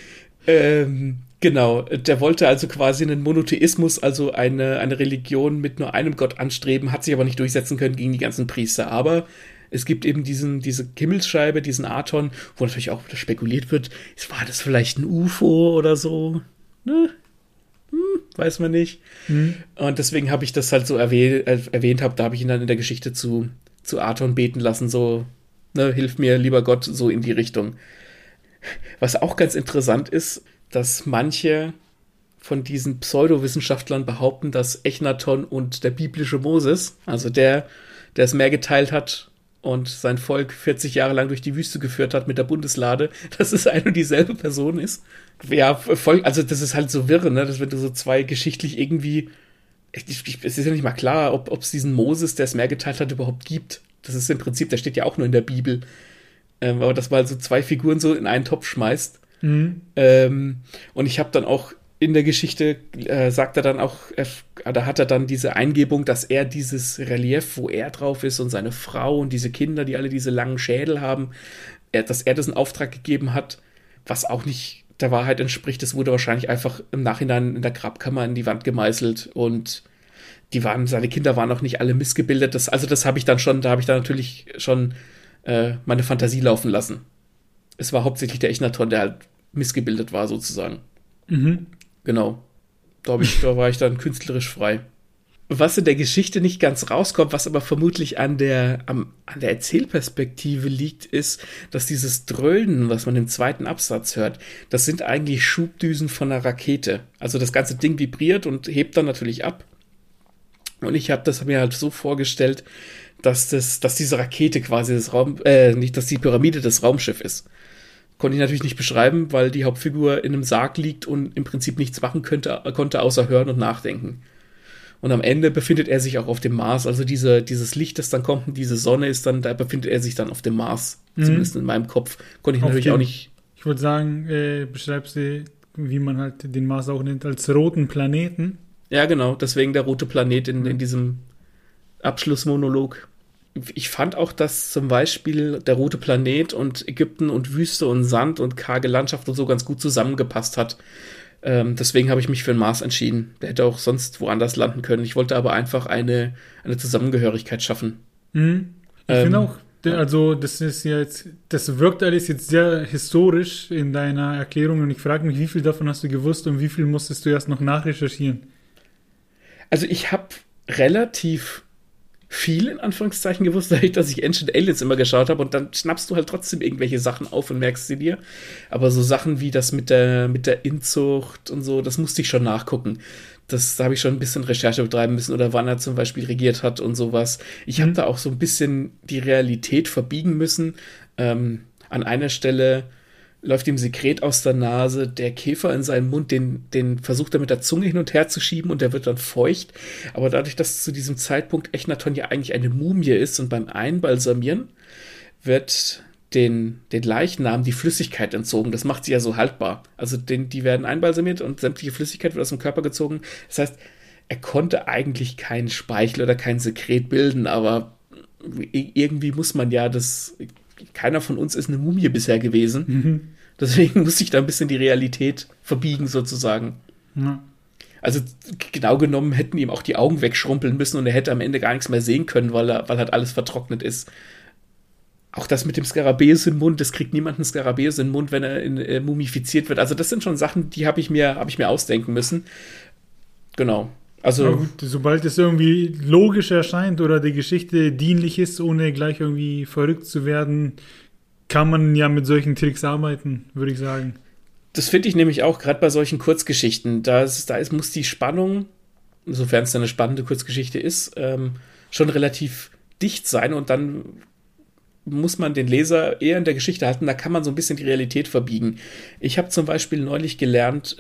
Genau, der wollte also quasi einen Monotheismus, also eine Religion mit nur einem Gott anstreben, hat sich aber nicht durchsetzen können gegen die ganzen Priester. Aber es gibt eben diese Himmelsscheibe, diesen Aton, wo natürlich auch spekuliert wird, war das vielleicht ein UFO oder so? Ne? Weiß man nicht. Und deswegen habe ich das halt so erwähnt, da habe ich ihn dann in der Geschichte zu Aton beten lassen, so, ne, hilf mir, lieber Gott, so in die Richtung. Was auch ganz interessant ist, dass manche von diesen Pseudowissenschaftlern behaupten, dass Echnaton und der biblische Moses, also der das Meer geteilt hat und sein Volk 40 Jahre lang durch die Wüste geführt hat mit der Bundeslade, dass es eine und dieselbe Person ist. Ja, voll, also das ist halt so wirre, ne, dass wenn du so zwei geschichtlich irgendwie, es ist ja nicht mal klar, ob es diesen Moses, der das Meer geteilt hat, überhaupt gibt. Das ist im Prinzip, der steht ja auch nur in der Bibel. Aber dass man so zwei Figuren so in einen Topf schmeißt. Und ich habe dann auch in der Geschichte sagt er dann auch, da hat er dann diese Eingebung, dass er dieses Relief, wo er drauf ist und seine Frau und diese Kinder, die alle diese langen Schädel haben, dass er das in Auftrag gegeben hat, was auch nicht der Wahrheit entspricht. Das wurde wahrscheinlich einfach im Nachhinein in der Grabkammer in die Wand gemeißelt und seine Kinder waren auch nicht alle missgebildet. Da habe ich dann natürlich schon meine Fantasie laufen lassen. Es war hauptsächlich der Echnaton, der halt missgebildet war, sozusagen. Mhm. Genau. Da war ich dann künstlerisch frei. Was in der Geschichte nicht ganz rauskommt, was aber vermutlich an der Erzählperspektive liegt, ist, dass dieses Dröhnen, was man im zweiten Absatz hört, das sind eigentlich Schubdüsen von einer Rakete. Also das ganze Ding vibriert und hebt dann natürlich ab. Und ich habe das mir halt so vorgestellt, dass diese Rakete quasi dass die Pyramide das Raumschiff ist. Konnte ich natürlich nicht beschreiben, weil die Hauptfigur in einem Sarg liegt und im Prinzip nichts machen konnte, außer hören und nachdenken. Und am Ende befindet er sich auch auf dem Mars. Also dieses Licht, das dann kommt und diese Sonne ist dann, da befindet er sich dann auf dem Mars. Zumindest in meinem Kopf. Konnte ich natürlich auch nicht. Ich würde sagen, beschreibst du, wie man halt den Mars auch nennt, als roten Planeten. Ja, genau. Deswegen der rote Planet in diesem Abschlussmonolog. Ich fand auch, dass zum Beispiel der rote Planet und Ägypten und Wüste und Sand und karge Landschaft und so ganz gut zusammengepasst hat. Deswegen habe ich mich für den Mars entschieden. Der hätte auch sonst woanders landen können. Ich wollte aber einfach eine Zusammengehörigkeit schaffen. Mhm. Ich finde auch, also das wirkt alles jetzt sehr historisch in deiner Erklärung und ich frage mich, wie viel davon hast du gewusst und wie viel musstest du erst noch nachrecherchieren? Also ich habe relativ viel, in Anführungszeichen, gewusst, dadurch, dass ich Ancient Aliens immer geschaut habe und dann schnappst du halt trotzdem irgendwelche Sachen auf und merkst sie dir. Aber so Sachen wie das mit der Inzucht und so, das musste ich schon nachgucken. Da habe ich schon ein bisschen Recherche betreiben müssen oder wann er zum Beispiel regiert hat und sowas. Ich habe da auch so ein bisschen die Realität verbiegen müssen. An einer Stelle läuft ihm Sekret aus der Nase, der Käfer in seinen Mund, den versucht er mit der Zunge hin und her zu schieben und der wird dann feucht. Aber dadurch, dass zu diesem Zeitpunkt Echnaton ja eigentlich eine Mumie ist und beim Einbalsamieren wird den Leichnam die Flüssigkeit entzogen. Das macht sie ja so haltbar. Also die werden einbalsamiert und sämtliche Flüssigkeit wird aus dem Körper gezogen. Das heißt, er konnte eigentlich keinen Speichel oder kein Sekret bilden, aber irgendwie muss man ja keiner von uns ist eine Mumie bisher gewesen. Mhm. Deswegen muss ich da ein bisschen die Realität verbiegen, sozusagen. Ja. Also genau genommen hätten ihm auch die Augen wegschrumpeln müssen und er hätte am Ende gar nichts mehr sehen können, weil halt alles vertrocknet ist. Auch das mit dem Skarabäus im Mund, das kriegt niemand einen Skarabäus in den Mund, wenn er mumifiziert wird. Also das sind schon Sachen, die habe ich mir ausdenken müssen. Genau. Also, ja, gut, sobald es irgendwie logisch erscheint oder der Geschichte dienlich ist, ohne gleich irgendwie verrückt zu werden, kann man ja mit solchen Tricks arbeiten, würde ich sagen. Das finde ich nämlich auch, gerade bei solchen Kurzgeschichten. Muss die Spannung, sofern es eine spannende Kurzgeschichte ist, schon relativ dicht sein und dann muss man den Leser eher in der Geschichte halten. Da kann man so ein bisschen die Realität verbiegen. Ich habe zum Beispiel neulich gelernt,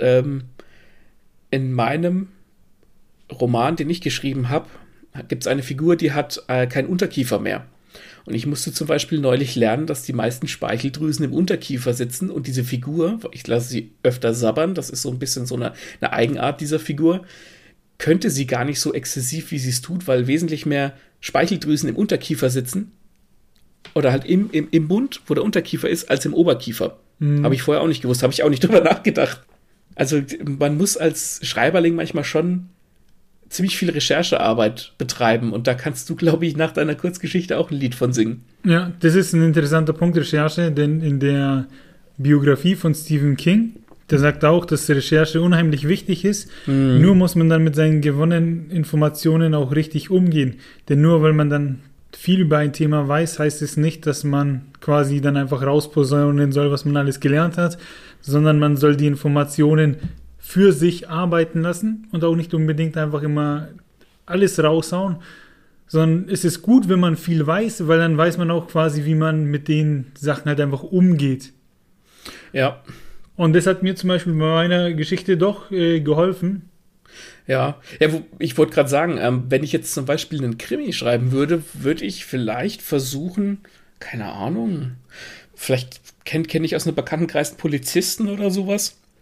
in meinem Roman, den ich geschrieben habe, gibt es eine Figur, die hat keinen Unterkiefer mehr. Und ich musste zum Beispiel neulich lernen, dass die meisten Speicheldrüsen im Unterkiefer sitzen und diese Figur, ich lasse sie öfter sabbern, das ist so ein bisschen so eine Eigenart dieser Figur, könnte sie gar nicht so exzessiv, wie sie es tut, weil wesentlich mehr Speicheldrüsen im Unterkiefer sitzen oder halt im Mund, wo der Unterkiefer ist, als im Oberkiefer. Habe ich vorher auch nicht gewusst, habe ich auch nicht drüber nachgedacht. Also man muss als Schreiberling manchmal schon ziemlich viel Recherchearbeit betreiben und da kannst du, glaube ich, nach deiner Kurzgeschichte auch ein Lied von singen. Ja, das ist ein interessanter Punkt, Recherche, denn in der Biografie von Stephen King, der sagt auch, dass Recherche unheimlich wichtig ist, nur muss man dann mit seinen gewonnenen Informationen auch richtig umgehen, denn nur weil man dann viel über ein Thema weiß, heißt es nicht, dass man quasi dann einfach rausposaunen soll, was man alles gelernt hat, sondern man soll die Informationen für sich arbeiten lassen und auch nicht unbedingt einfach immer alles raushauen, sondern es ist gut, wenn man viel weiß, weil dann weiß man auch quasi, wie man mit den Sachen halt einfach umgeht. Ja. Und das hat mir zum Beispiel bei meiner Geschichte doch geholfen. Ja, ich wollte gerade sagen, wenn ich jetzt zum Beispiel einen Krimi schreiben würde, würde ich vielleicht versuchen, keine Ahnung, vielleicht kenne ich aus einem Bekanntenkreis einen Polizisten oder sowas,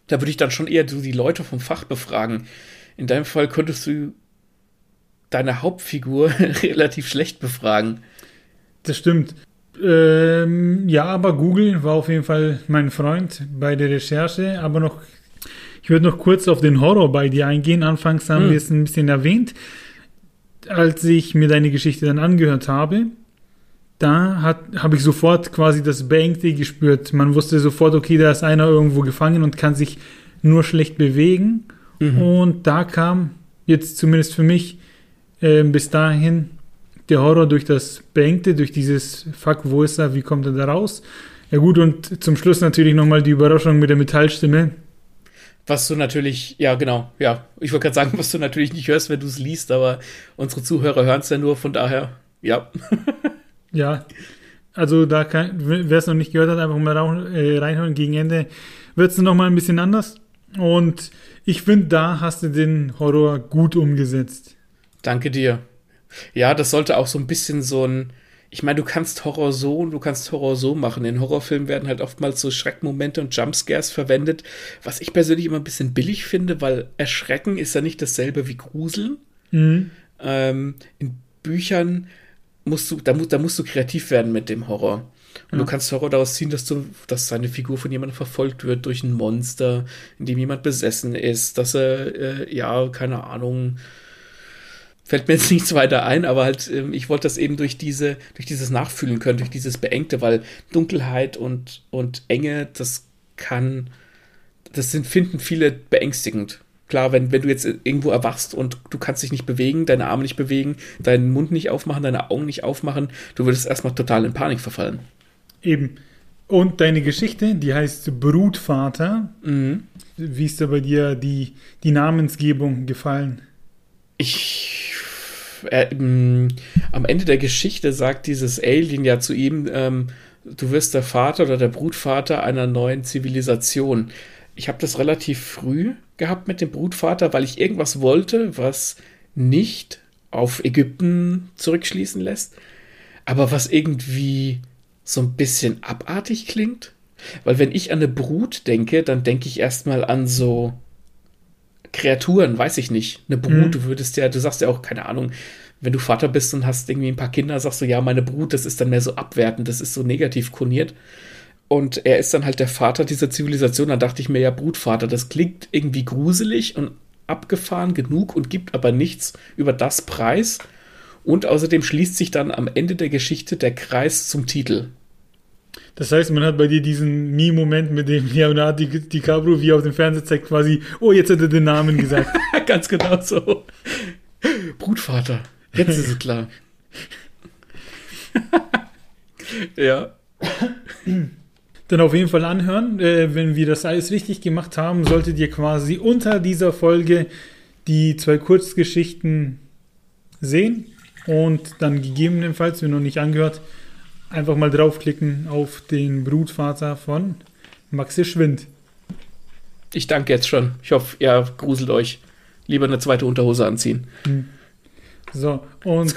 Da würde ich dann schon eher so die Leute vom Fach befragen. In deinem Fall könntest du deine Hauptfigur relativ schlecht befragen. Das stimmt. Ja, aber Google war auf jeden Fall mein Freund bei der Recherche. Aber ich würde noch kurz auf den Horror bei dir eingehen. Anfangs haben wir es ein bisschen erwähnt. Als ich mir deine Geschichte dann angehört habe, da habe ich sofort quasi das Beengte gespürt. Man wusste sofort, okay, da ist einer irgendwo gefangen und kann sich nur schlecht bewegen. Und da kam jetzt zumindest für mich bis dahin der Horror durch das Beengte, durch dieses Fuck, wo ist er, wie kommt er da raus? Ja gut, und zum Schluss natürlich nochmal die Überraschung mit der Metallstimme. Was du natürlich, ja genau, ja, ich wollte gerade sagen, was du natürlich nicht hörst, wenn du es liest, aber unsere Zuhörer hören es ja nur, von daher, ja. Ja, also wer es noch nicht gehört hat, einfach mal reinhören. Gegen Ende wird es nochmal ein bisschen anders. Und ich finde, da hast du den Horror gut umgesetzt. Danke dir. Ja, das sollte auch so ein bisschen ich meine, du kannst Horror so und du kannst Horror so machen. In Horrorfilmen werden halt oftmals so Schreckmomente und Jumpscares verwendet, was ich persönlich immer ein bisschen billig finde, weil Erschrecken ist ja nicht dasselbe wie Gruseln. In Büchern musst du kreativ werden mit dem Horror. Und du kannst Horror daraus ziehen, dass seine Figur von jemandem verfolgt wird durch ein Monster, in dem jemand besessen ist, dass er, keine Ahnung, fällt mir jetzt nichts weiter ein, aber halt, ich wollte das eben durch dieses Nachfühlen können, durch dieses Beengte, weil Dunkelheit und Enge, finden viele beängstigend. Klar, wenn du jetzt irgendwo erwachst und du kannst dich nicht bewegen, deine Arme nicht bewegen, deinen Mund nicht aufmachen, deine Augen nicht aufmachen, du würdest erstmal total in Panik verfallen. Eben. Und deine Geschichte, die heißt Brutvater. Wie ist da bei dir die Namensgebung gefallen? Am Ende der Geschichte sagt dieses Alien ja zu ihm, du wirst der Vater oder der Brutvater einer neuen Zivilisation. Ich habe das relativ früh gehabt mit dem Brutvater, weil ich irgendwas wollte, was nicht auf Ägypten zurückschließen lässt, aber was irgendwie so ein bisschen abartig klingt. Weil wenn ich an eine Brut denke, dann denke ich erstmal an so Kreaturen, weiß ich nicht. Eine Brut, du sagst ja auch, keine Ahnung, wenn du Vater bist und hast irgendwie ein paar Kinder, sagst du, ja, meine Brut, das ist dann mehr so abwertend, das ist so negativ konniert. Und er ist dann halt der Vater dieser Zivilisation. Da dachte ich mir, ja, Brutvater, das klingt irgendwie gruselig und abgefahren genug und gibt aber nichts über das Preis. Und außerdem schließt sich dann am Ende der Geschichte der Kreis zum Titel. Das heißt, man hat bei dir diesen Meme-Moment mit dem Leonardo DiCaprio, wie er auf dem Fernseher zeigt, quasi, oh, jetzt hat er den Namen gesagt. Ganz genau so. Brutvater. Jetzt ist es klar. Ja. Dann auf jeden Fall anhören. Wenn wir das alles richtig gemacht haben, solltet ihr quasi unter dieser Folge die 2 Kurzgeschichten sehen und dann gegebenenfalls, wenn noch nicht angehört, einfach mal draufklicken auf den Brutvater von Maxi Schwind. Ich danke jetzt schon. Ich hoffe, ihr gruselt euch. Lieber eine zweite Unterhose anziehen. So, und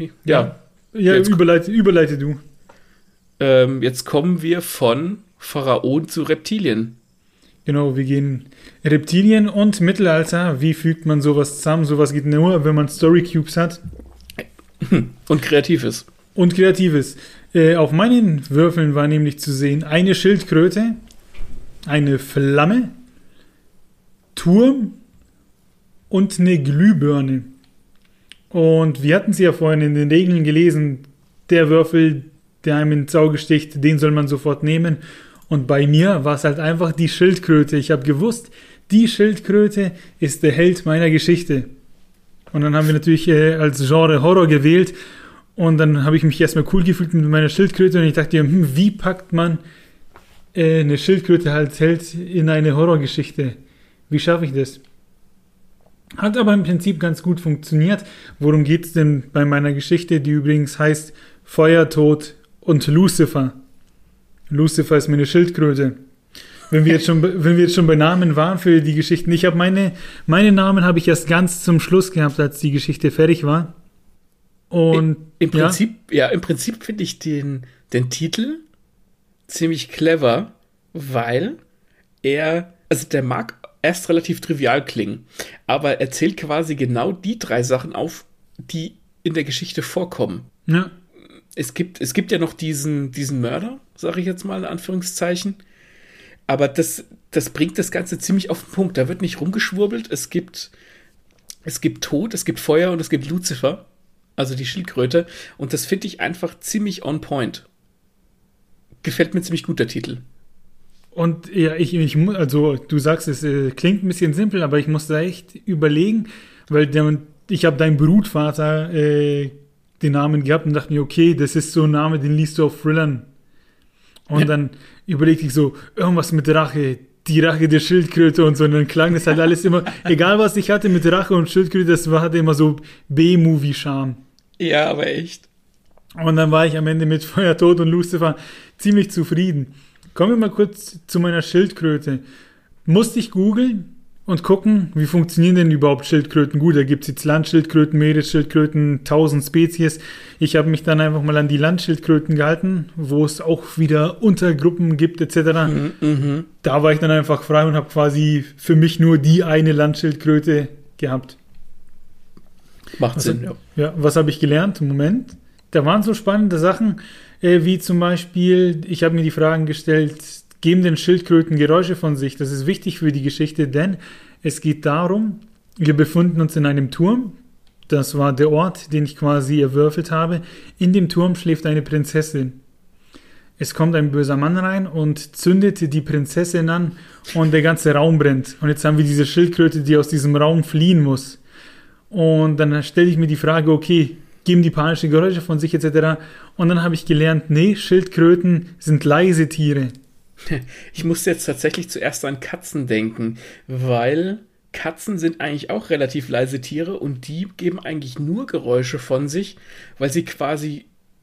überleite du. Jetzt kommen wir von Pharaonen zu Reptilien. Genau, wir gehen Reptilien und Mittelalter. Wie fügt man sowas zusammen? Sowas geht nur, wenn man Storycubes hat. Und Kreatives. Auf meinen Würfeln war nämlich zu sehen eine Schildkröte, eine Flamme, Turm und eine Glühbirne. Und wir hatten sie ja vorhin in den Regeln gelesen, der Würfel, der einem ins Auge sticht, den soll man sofort nehmen. Und bei mir war es halt einfach die Schildkröte. Ich habe gewusst, die Schildkröte ist der Held meiner Geschichte. Und dann haben wir natürlich als Genre Horror gewählt. Und dann habe ich mich erstmal cool gefühlt mit meiner Schildkröte. Und ich dachte, wie packt man eine Schildkröte als Held in eine Horrorgeschichte? Wie schaffe ich das? Hat aber im Prinzip ganz gut funktioniert. Worum geht es denn bei meiner Geschichte, die übrigens heißt Feuer, Tod und Lucifer? Lucifer ist meine Schildkröte. Wenn wir jetzt schon bei Namen waren für die Geschichten. Ich habe meine Namen habe ich erst ganz zum Schluss gehabt, als die Geschichte fertig war. Und im Prinzip finde ich den Titel ziemlich clever, weil er also der mag erst relativ trivial klingen, aber er zählt quasi genau die 3 Sachen auf, die in der Geschichte vorkommen. Ja. Es gibt ja noch diesen Mörder, sage ich jetzt mal in Anführungszeichen, aber das bringt das Ganze ziemlich auf den Punkt. Da wird nicht rumgeschwurbelt, es gibt Tod, es gibt Feuer und es gibt Lucifer, also die Schildkröte, und das finde ich einfach ziemlich on point. Gefällt mir ziemlich gut, der Titel. Und ja, also du sagst, es klingt ein bisschen simpel, aber ich muss da echt überlegen, weil ich habe deinen Brutvater den Namen gehabt und dachte mir, okay, das ist so ein Name, den liest du auf Thrillern. Und dann überlegte ich so, irgendwas mit Rache, die Rache der Schildkröte und so. Und dann klang das halt alles immer, egal was ich hatte mit Rache und Schildkröte, hatte immer so B-Movie-Charme. Ja, aber echt. Und dann war ich am Ende mit Feuer, Tod und Lucifer ziemlich zufrieden. Kommen wir mal kurz zu meiner Schildkröte. Musste ich googeln und gucken, wie funktionieren denn überhaupt Schildkröten? Gut, da gibt es jetzt Landschildkröten, Meeresschildkröten, 1000 Spezies. Ich habe mich dann einfach mal an die Landschildkröten gehalten, wo es auch wieder Untergruppen gibt etc. Da war ich dann einfach frei und habe quasi für mich nur die eine Landschildkröte gehabt. Macht Sinn, ja. Ja, was habe ich gelernt? Moment. Da waren so spannende Sachen, wie zum Beispiel, ich habe mir die Fragen gestellt, geben denn Schildkröten Geräusche von sich? Das ist wichtig für die Geschichte, denn es geht darum, wir befinden uns in einem Turm, das war der Ort, den ich quasi erwürfelt habe. In dem Turm schläft eine Prinzessin. Es kommt ein böser Mann rein und zündet die Prinzessin an und der ganze Raum brennt. Und jetzt haben wir diese Schildkröte, die aus diesem Raum fliehen muss. Und dann stelle ich mir die Frage, okay, geben die panische Geräusche von sich etc. Und dann habe ich gelernt, nee, Schildkröten sind leise Tiere. Ich musste jetzt tatsächlich zuerst an Katzen denken, weil Katzen sind eigentlich auch relativ leise Tiere und die geben eigentlich nur Geräusche von sich, weil sie quasi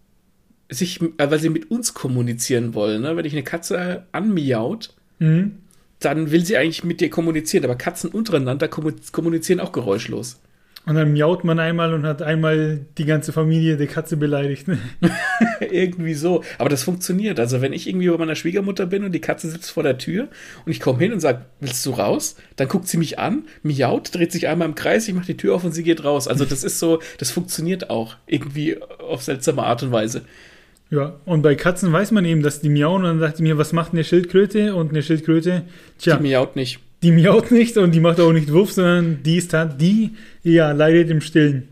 weil sie mit uns kommunizieren wollen. Ne? Wenn dich eine Katze anmiaut, dann will sie eigentlich mit dir kommunizieren, aber Katzen untereinander kommunizieren auch geräuschlos. Und dann miaut man einmal und hat einmal die ganze Familie der Katze beleidigt. Ne? Irgendwie so. Aber das funktioniert. Also wenn ich irgendwie bei meiner Schwiegermutter bin und die Katze sitzt vor der Tür und ich komme hin und sage, willst du raus? Dann guckt sie mich an, miaut, dreht sich einmal im Kreis, ich mache die Tür auf und sie geht raus. Also das ist so, das funktioniert auch irgendwie auf seltsame Art und Weise. Ja, und bei Katzen weiß man eben, dass die miauen. Und dann dachte ich mir, was macht eine Schildkröte? Und eine Schildkröte, die miaut nicht. Die miaut nicht und die macht auch nicht Wuff, sondern die leidet im Stillen.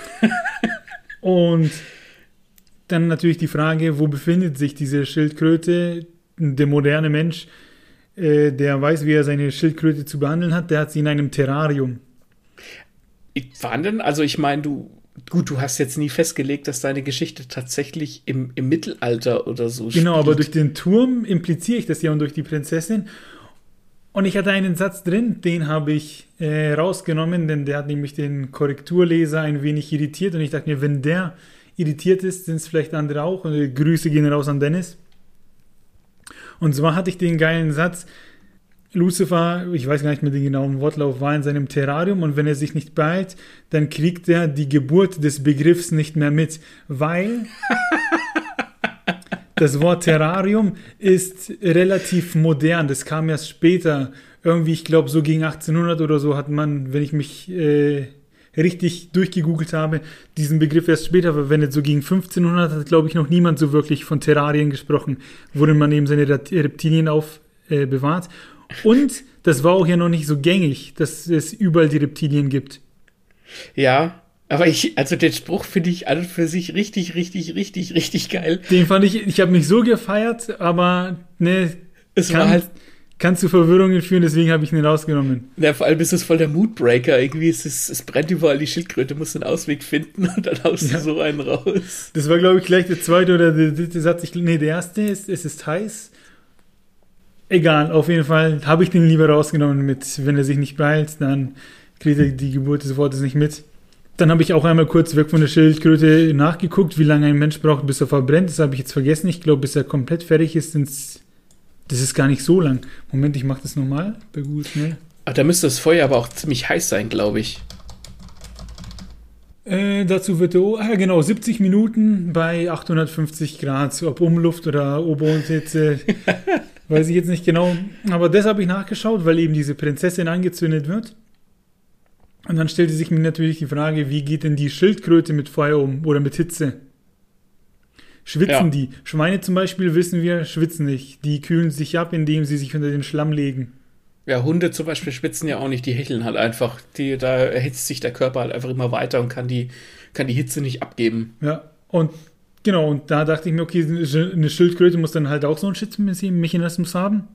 Und dann natürlich die Frage, wo befindet sich diese Schildkröte? Der moderne Mensch, der weiß, wie er seine Schildkröte zu behandeln hat, der hat sie in einem Terrarium. Wann denn? Also ich meine, du hast jetzt nie festgelegt, dass deine Geschichte tatsächlich im Mittelalter oder so spielt. Genau, aber durch den Turm impliziere ich das ja und durch die Prinzessin. Und ich hatte einen Satz drin, den habe ich rausgenommen, denn der hat nämlich den Korrekturleser ein wenig irritiert. Und ich dachte mir, wenn der irritiert ist, sind es vielleicht andere auch. Und Grüße gehen raus an Dennis. Und zwar hatte ich den geilen Satz, Lucifer, ich weiß gar nicht mehr den genauen Wortlauf, war in seinem Terrarium und wenn er sich nicht beeilt, dann kriegt er die Geburt des Begriffs nicht mehr mit, weil das Wort Terrarium ist relativ modern, das kam erst später, irgendwie, ich glaube so gegen 1800 oder so hat man, wenn ich mich richtig durchgegoogelt habe, diesen Begriff erst später verwendet, so gegen 1500 hat, glaube ich, noch niemand so wirklich von Terrarien gesprochen, worin man eben seine Reptilien bewahrt. Und das war auch ja noch nicht so gängig, dass es überall die Reptilien gibt. Ja, aber den Spruch finde ich an und für sich richtig, richtig, richtig, richtig geil. Den fand ich habe mich so gefeiert, aber ne, kann zu Verwirrungen führen, deswegen habe ich ihn rausgenommen. Ja, vor allem ist es voll der Moodbreaker. Irgendwie es brennt überall die Schildkröte, muss einen Ausweg finden und dann haust du so einen raus. Das war, glaube ich, gleich der zweite oder der dritte Satz. Der erste ist, es ist heiß. Egal, auf jeden Fall habe ich den lieber rausgenommen mit, wenn er sich nicht beeilt, dann kriegt er die Geburt des Wortes nicht mit. Dann habe ich auch einmal kurz weg von der Schildkröte nachgeguckt, wie lange ein Mensch braucht, bis er verbrennt. Das habe ich jetzt vergessen. Ich glaube, bis er komplett fertig ist, das ist gar nicht so lang. Moment, ich mache das nochmal. Bei Google schnell. Ach, da müsste das Feuer aber auch ziemlich heiß sein, glaube ich. Dazu wird genau, 70 Minuten bei 850 Grad, ob Umluft oder Ober- und Hitze. Weiß ich jetzt nicht genau. Aber das habe ich nachgeschaut, weil eben diese Prinzessin angezündet wird. Und dann stellte sich mir natürlich die Frage, wie geht denn die Schildkröte mit Feuer um oder mit Hitze? Schwitzen die? Schweine zum Beispiel, wissen wir, schwitzen nicht. Die kühlen sich ab, indem sie sich unter den Schlamm legen. Ja, Hunde zum Beispiel schwitzen ja auch nicht, die hecheln halt einfach. Da erhitzt sich der Körper halt einfach immer weiter und kann die Hitze nicht abgeben. Ja, und genau, und da dachte ich mir, okay, eine Schildkröte muss dann halt auch so einen Schutzmechanismus haben.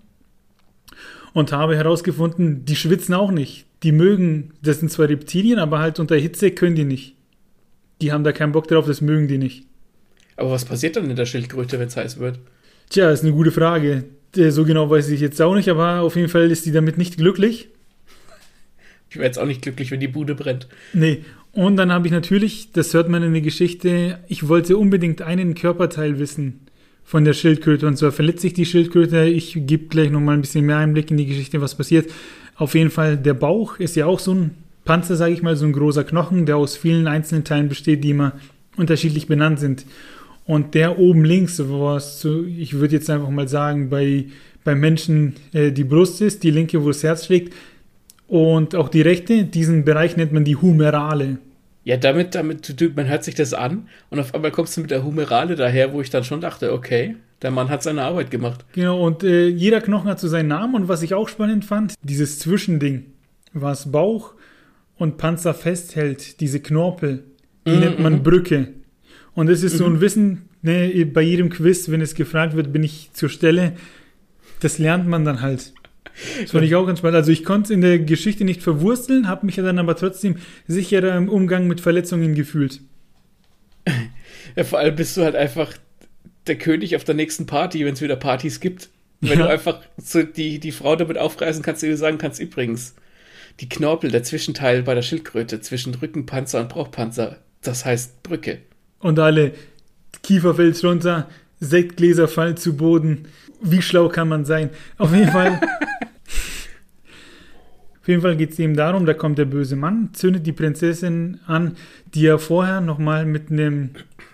Und habe herausgefunden, die schwitzen auch nicht. Die mögen, das sind zwar Reptilien, aber halt unter Hitze können die nicht. Die haben da keinen Bock drauf, das mögen die nicht. Aber was passiert dann in der Schildkröte, wenn es heiß wird? Tja, ist eine gute Frage. So genau weiß ich jetzt auch nicht, aber auf jeden Fall ist die damit nicht glücklich. Ich wäre jetzt auch nicht glücklich, wenn die Bude brennt. Nee, und dann habe ich natürlich, das hört man in der Geschichte, ich wollte unbedingt einen Körperteil wissen von der Schildkröte. Und zwar verletzt sich die Schildkröte. Ich gebe gleich nochmal ein bisschen mehr Einblick in die Geschichte, was passiert. Auf jeden Fall, der Bauch ist ja auch so ein Panzer, sage ich mal, so ein großer Knochen, der aus vielen einzelnen Teilen besteht, die immer unterschiedlich benannt sind. Und der oben links, ich würde jetzt einfach mal sagen, beim Menschen die Brust ist, die linke, wo das Herz schlägt, und auch die rechte, diesen Bereich nennt man die Humerale. Ja, man hört sich das an und auf einmal kommst du mit der Humerale daher, wo ich dann schon dachte, okay, der Mann hat seine Arbeit gemacht. Genau, und jeder Knochen hat so seinen Namen, und was ich auch spannend fand, dieses Zwischending, was Bauch und Panzer festhält, diese Knorpel, die nennt man Brücke. Und das ist so ein Wissen, ne, bei jedem Quiz, wenn es gefragt wird, bin ich zur Stelle. Das lernt man dann halt. Das fand ich auch ganz spannend. Also ich konnte es in der Geschichte nicht verwursteln, habe mich ja dann aber trotzdem sicherer im Umgang mit Verletzungen gefühlt. Ja, vor allem bist du halt einfach der König auf der nächsten Party, wenn es wieder Partys gibt. Wenn du einfach so die Frau damit aufreißen kannst, du sagen kannst, übrigens, die Knorpel, der Zwischenteil bei der Schildkröte zwischen Rückenpanzer und Bauchpanzer, das heißt Brücke. Und alle, Kiefer fällt runter, Sektgläser fallen zu Boden. Wie schlau kann man sein? Auf jeden Fall geht es ihm darum, da kommt der böse Mann, zündet die Prinzessin an, die er vorher nochmal mit einem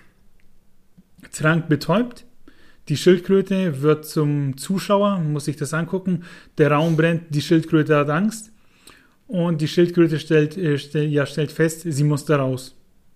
Trank betäubt. Die Schildkröte wird zum Zuschauer, muss sich das angucken. Der Raum brennt, die Schildkröte hat Angst. Und die Schildkröte stellt fest, sie muss da raus.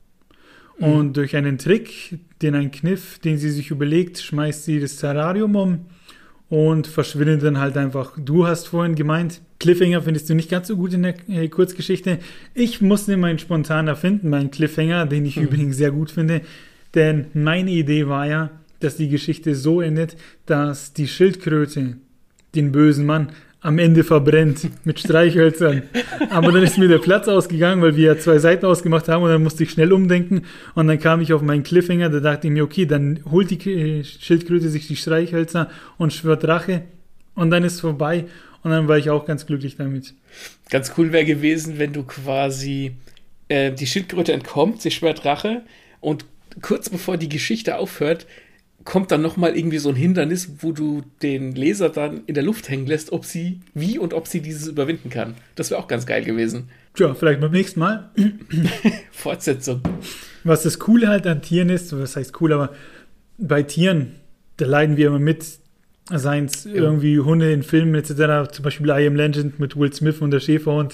Und durch einen Trick, einen Kniff, den sie sich überlegt, schmeißt sie das Terrarium um und verschwindet dann halt einfach. Du hast vorhin gemeint, Cliffhanger findest du nicht ganz so gut in der Kurzgeschichte. Ich musste meinen spontan erfinden, meinen Cliffhanger, den ich übrigens sehr gut finde. Denn meine Idee war ja, dass die Geschichte so endet, dass die Schildkröte den bösen Mann am Ende verbrennt mit Streichhölzern. Aber dann ist mir der Platz ausgegangen, weil wir ja 2 Seiten ausgemacht haben, und dann musste ich schnell umdenken, und dann kam ich auf meinen Cliffhanger, da dachte ich mir, okay, dann holt die Schildkröte sich die Streichhölzer und schwört Rache, und dann ist es vorbei, und dann war ich auch ganz glücklich damit. Ganz cool wäre gewesen, wenn du quasi die Schildkröte entkommt, sie schwört Rache, und kurz bevor die Geschichte aufhört, kommt dann nochmal irgendwie so ein Hindernis, wo du den Leser dann in der Luft hängen lässt, ob sie dieses überwinden kann. Das wäre auch ganz geil gewesen. Tja, vielleicht beim nächsten Mal. Fortsetzung. Was das Coole halt an Tieren ist, was heißt cool, aber bei Tieren, da leiden wir immer mit, seien es irgendwie Hunde in Filmen etc., zum Beispiel I Am Legend mit Will Smith und der Schäferhund,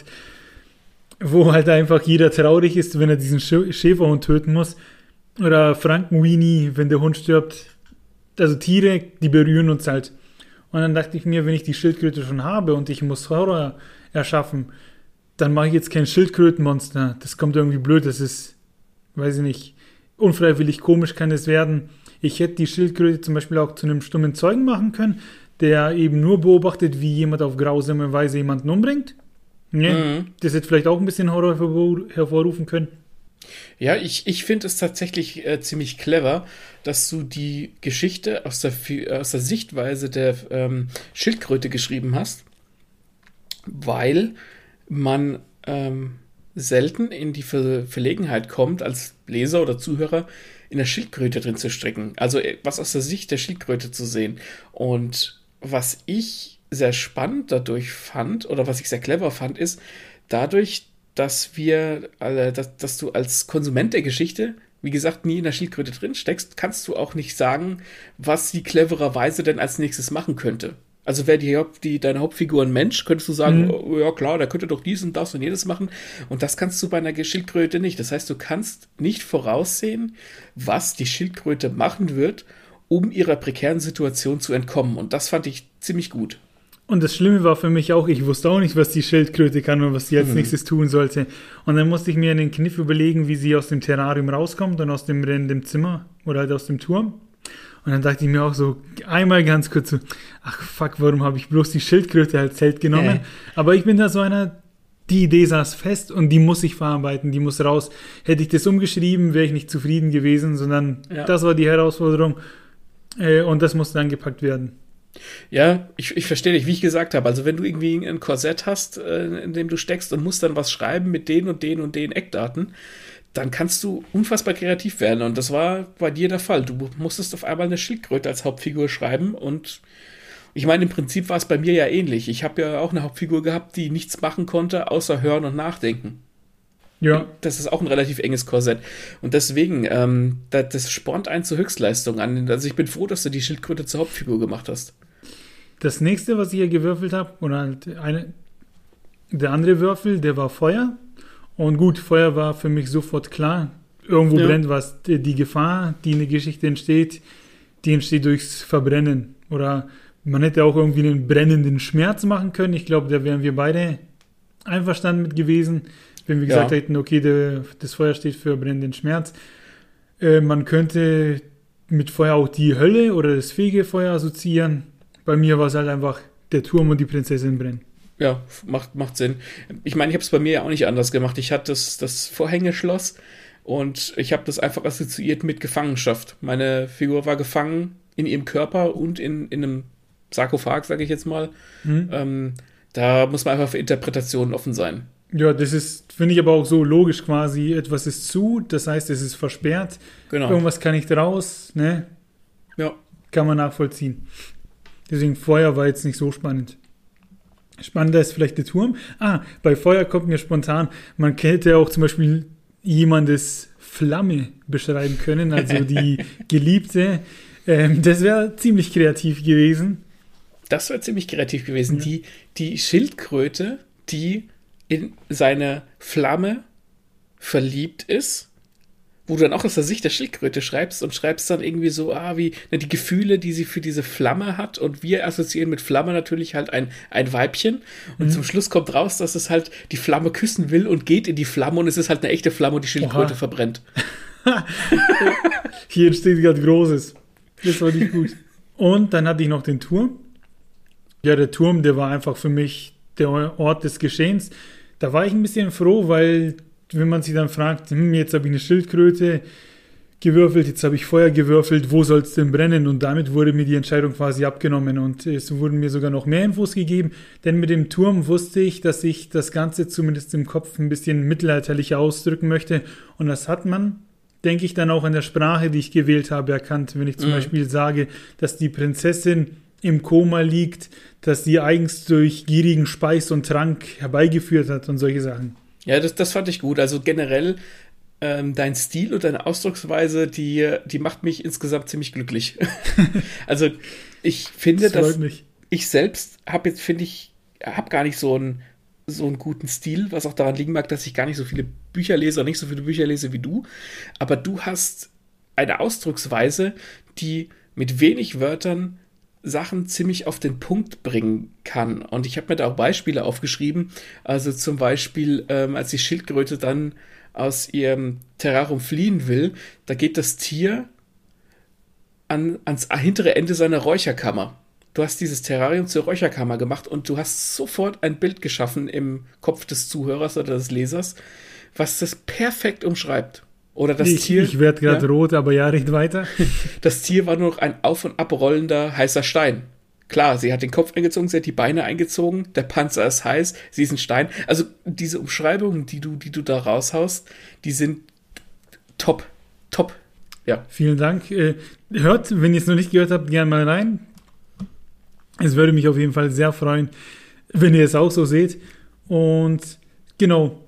wo halt einfach jeder traurig ist, wenn er diesen Schäferhund töten muss. Oder Frankenweenie, wenn der Hund stirbt. Also Tiere, die berühren uns halt. Und dann dachte ich mir, wenn ich die Schildkröte schon habe und ich muss Horror erschaffen, dann mache ich jetzt kein Schildkrötenmonster. Das kommt irgendwie blöd, das ist, weiß ich nicht, unfreiwillig komisch kann es werden. Ich hätte die Schildkröte zum Beispiel auch zu einem stummen Zeugen machen können, der eben nur beobachtet, wie jemand auf grausame Weise jemanden umbringt. Ja, das hätte vielleicht auch ein bisschen Horror hervorrufen können. Ja, ich finde es tatsächlich ziemlich clever, dass du die Geschichte aus der Sichtweise der Schildkröte geschrieben hast, weil man selten in die Verlegenheit kommt, als Leser oder Zuhörer in der Schildkröte drin zu stecken. Also was aus der Sicht der Schildkröte zu sehen. Und was ich sehr spannend dadurch fand, oder was ich sehr clever fand, ist dadurch, dass du als Konsument der Geschichte, wie gesagt, nie in der Schildkröte drin steckst, kannst du auch nicht sagen, was sie clevererweise denn als nächstes machen könnte. Also wäre deine Hauptfigur ein Mensch, könntest du sagen, oh, ja klar, der könnte doch dies und das und jedes machen. Und das kannst du bei einer Schildkröte nicht. Das heißt, du kannst nicht voraussehen, was die Schildkröte machen wird, um ihrer prekären Situation zu entkommen. Und das fand ich ziemlich gut. Und das Schlimme war für mich auch, ich wusste auch nicht, was die Schildkröte kann und was sie als nächstes tun sollte. Und dann musste ich mir einen Kniff überlegen, wie sie aus dem Terrarium rauskommt und aus dem brennenden Zimmer oder halt aus dem Turm. Und dann dachte ich mir auch so einmal ganz kurz so, ach fuck, warum habe ich bloß die Schildkröte als Held genommen? Aber ich bin da so einer, die Idee saß fest und die muss ich verarbeiten, die muss raus. Hätte ich das umgeschrieben, wäre ich nicht zufrieden gewesen, sondern das war die Herausforderung und das musste dann gepackt werden. Ja, ich verstehe dich, wie ich gesagt habe. Also wenn du irgendwie ein Korsett hast, in dem du steckst und musst dann was schreiben mit den und den und den Eckdaten, dann kannst du unfassbar kreativ werden. Und das war bei dir der Fall. Du musstest auf einmal eine Schildkröte als Hauptfigur schreiben. Und ich meine, im Prinzip war es bei mir ja ähnlich. Ich habe ja auch eine Hauptfigur gehabt, die nichts machen konnte, außer hören und nachdenken. Ja. Das ist auch ein relativ enges Korsett. Und deswegen, das spornt einen zur Höchstleistung an. Also ich bin froh, dass du die Schildkröte zur Hauptfigur gemacht hast. Das nächste, was ich hier gewürfelt habe, oder halt der andere Würfel, der war Feuer. Und gut, Feuer war für mich sofort klar. Irgendwo brennt was. Die Gefahr, die in der Geschichte entsteht, die entsteht durchs Verbrennen. Oder man hätte auch irgendwie einen brennenden Schmerz machen können. Ich glaube, da wären wir beide einverstanden mit gewesen, wenn wir gesagt hätten, okay, das Feuer steht für brennenden Schmerz. Man könnte mit Feuer auch die Hölle oder das Fegefeuer assoziieren. Bei mir war es halt einfach, der Turm und die Prinzessin brennen. Ja, macht Sinn. Ich meine, ich habe es bei mir ja auch nicht anders gemacht. Ich hatte das Vorhängeschloss und ich habe das einfach assoziiert mit Gefangenschaft. Meine Figur war gefangen in ihrem Körper und in einem Sarkophag, sage ich jetzt mal. Da muss man einfach für Interpretationen offen sein. Ja, das ist, finde ich aber auch so logisch quasi. Etwas ist zu, das heißt, es ist versperrt. Genau. Irgendwas kann nicht raus, ne? Ja. Kann man nachvollziehen. Deswegen Feuer war jetzt nicht so spannend. Spannender ist vielleicht der Turm. Bei Feuer kommt mir spontan, man hätte auch zum Beispiel jemandes Flamme beschreiben können, also die Geliebte. Das wäre ziemlich kreativ gewesen. Das wäre ziemlich kreativ gewesen. Ja. Die Schildkröte, die in seine Flamme verliebt ist, wo du dann auch aus der Sicht der Schildkröte schreibst und schreibst dann irgendwie so, wie die Gefühle, die sie für diese Flamme hat, und wir assoziieren mit Flamme natürlich halt ein Weibchen und zum Schluss kommt raus, dass es halt die Flamme küssen will und geht in die Flamme und es ist halt eine echte Flamme und die Schildkröte verbrennt. Hier entsteht gerade Großes. Das war nicht gut. Und dann hatte ich noch den Turm. Ja, der Turm, der war einfach für mich der Ort des Geschehens. Da war ich ein bisschen froh, weil wenn man sich dann fragt, jetzt habe ich eine Schildkröte gewürfelt, jetzt habe ich Feuer gewürfelt, wo soll es denn brennen? Und damit wurde mir die Entscheidung quasi abgenommen und es wurden mir sogar noch mehr Infos gegeben, denn mit dem Turm wusste ich, dass ich das Ganze zumindest im Kopf ein bisschen mittelalterlicher ausdrücken möchte und das hat man, denke ich, dann auch in der Sprache, die ich gewählt habe, erkannt. Wenn ich zum Beispiel sage, dass die Prinzessin im Koma liegt, dass sie eigens durch gierigen Speis und Trank herbeigeführt hat und solche Sachen. Ja, das fand ich gut. Also generell dein Stil und deine Ausdrucksweise, die macht mich insgesamt ziemlich glücklich. Also ich finde, dass ich selbst habe gar nicht so einen guten Stil, was auch daran liegen mag, dass ich gar nicht so viele Bücher lese oder nicht so viele Bücher lese wie du. Aber du hast eine Ausdrucksweise, die mit wenig Wörtern Sachen ziemlich auf den Punkt bringen kann. Und ich habe mir da auch Beispiele aufgeschrieben. Also zum Beispiel, als die Schildkröte dann aus ihrem Terrarium fliehen will, da geht das Tier ans hintere Ende seiner Räucherkammer. Du hast dieses Terrarium zur Räucherkammer gemacht und du hast sofort ein Bild geschaffen im Kopf des Zuhörers oder des Lesers, was das perfekt umschreibt. Oder das Tier. Ich werde gerade rot, aber ja, red weiter. Das Tier war nur noch ein auf- und abrollender heißer Stein. Klar, sie hat den Kopf eingezogen, sie hat die Beine eingezogen, der Panzer ist heiß, sie ist ein Stein. Also diese Umschreibungen, die du da raushaust, die sind top. Ja. Vielen Dank. Hört, wenn ihr es noch nicht gehört habt, gerne mal rein. Es würde mich auf jeden Fall sehr freuen, wenn ihr es auch so seht. Und genau,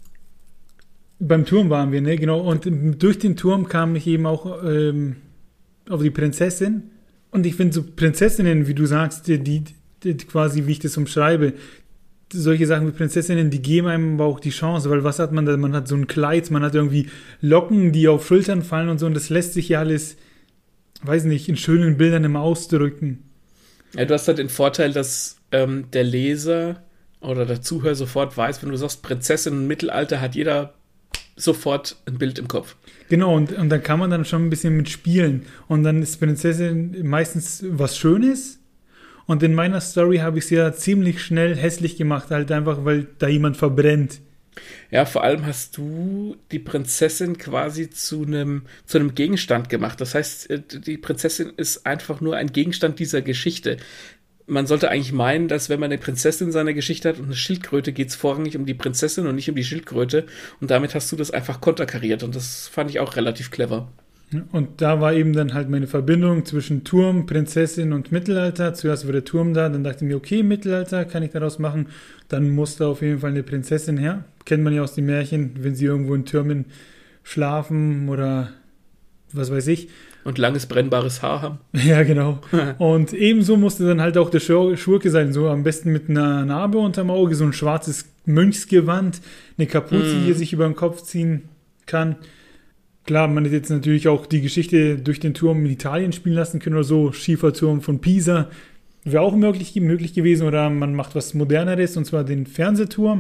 beim Turm waren wir, ne? Genau. Und durch den Turm kam ich eben auch auf die Prinzessin. Und ich finde so Prinzessinnen, wie du sagst, die quasi, wie ich das umschreibe. Solche Sachen wie Prinzessinnen, die geben einem aber auch die Chance, weil was hat man da? Man hat so ein Kleid, man hat irgendwie Locken, die auf Schultern fallen und so, und das lässt sich ja alles, weiß nicht, in schönen Bildern immer ausdrücken. Ja, du hast halt den Vorteil, dass der Leser oder der Zuhörer sofort weiß, wenn du sagst Prinzessin im Mittelalter, hat jeder sofort ein Bild im Kopf. Genau, und dann kann man dann schon ein bisschen mitspielen. Und dann ist Prinzessin meistens was Schönes. Und in meiner Story habe ich es ja ziemlich schnell hässlich gemacht, halt einfach, weil da jemand verbrennt. Ja, vor allem hast du die Prinzessin quasi zu einem Gegenstand gemacht. Das heißt, die Prinzessin ist einfach nur ein Gegenstand dieser Geschichte. Man sollte eigentlich meinen, dass wenn man eine Prinzessin in seiner Geschichte hat und eine Schildkröte, geht es vorrangig um die Prinzessin und nicht um die Schildkröte. Und damit hast du das einfach konterkariert. Und das fand ich auch relativ clever. Und da war eben dann halt meine Verbindung zwischen Turm, Prinzessin und Mittelalter. Zuerst war der Turm da, dann dachte ich mir, okay, Mittelalter kann ich daraus machen. Dann musste auf jeden Fall eine Prinzessin her. Kennt man ja aus den Märchen, wenn sie irgendwo in Türmen schlafen oder was weiß ich. Und langes, brennbares Haar haben. Ja, genau. Und ebenso musste dann halt auch der Schurke sein. So am besten mit einer Narbe unterm Auge, so ein schwarzes Mönchsgewand, eine Kapuze, die er sich über den Kopf ziehen kann. Klar, man hätte jetzt natürlich auch die Geschichte durch den Turm in Italien spielen lassen können oder so. Schieferturm von Pisa wäre auch möglich gewesen. Oder man macht was Moderneres, und zwar den Fernsehturm.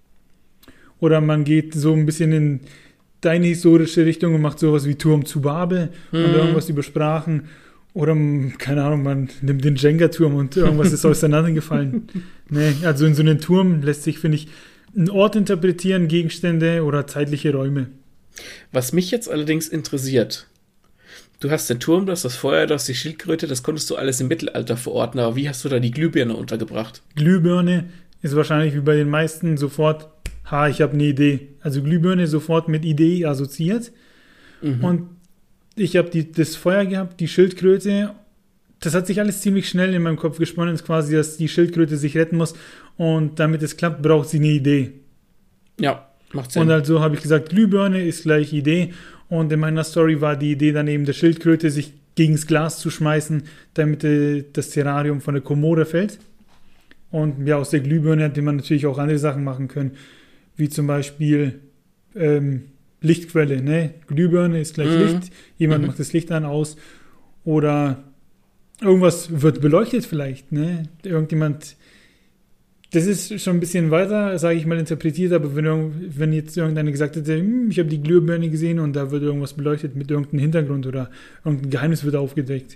Oder man geht so ein bisschen in deine historische Richtung und macht sowas wie Turm zu Babel und irgendwas über Sprachen. Oder, keine Ahnung, man nimmt den Jenga-Turm und irgendwas ist auseinandergefallen. Nee, also in so einem Turm lässt sich, finde ich, einen Ort interpretieren, Gegenstände oder zeitliche Räume. Was mich jetzt allerdings interessiert, du hast den Turm, du hast das Feuer, du hast die Schildkröte, das konntest du alles im Mittelalter verorten, aber wie hast du da die Glühbirne untergebracht? Glühbirne ist wahrscheinlich wie bei den meisten sofort, ich habe eine Idee. Also Glühbirne sofort mit Idee assoziiert. Und ich habe das Feuer gehabt, die Schildkröte. Das hat sich alles ziemlich schnell in meinem Kopf gesponnen, quasi, dass die Schildkröte sich retten muss. Und damit es klappt, braucht sie eine Idee. Ja, macht Sinn. Und also habe ich gesagt, Glühbirne ist gleich Idee. Und in meiner Story war die Idee dann eben der Schildkröte, sich gegen das Glas zu schmeißen, damit das Terrarium von der Kommode fällt. Und ja, aus der Glühbirne hätte man natürlich auch andere Sachen machen können, wie zum Beispiel Lichtquelle. Ne? Glühbirne ist gleich Licht, jemand macht das Licht an, aus. Oder irgendwas wird beleuchtet vielleicht. Ne? Irgendjemand, das ist schon ein bisschen weiter, sage ich mal, interpretiert, aber wenn jetzt irgendeiner gesagt hätte, ich habe die Glühbirne gesehen und da wird irgendwas beleuchtet mit irgendeinem Hintergrund oder irgendein Geheimnis wird aufgedeckt.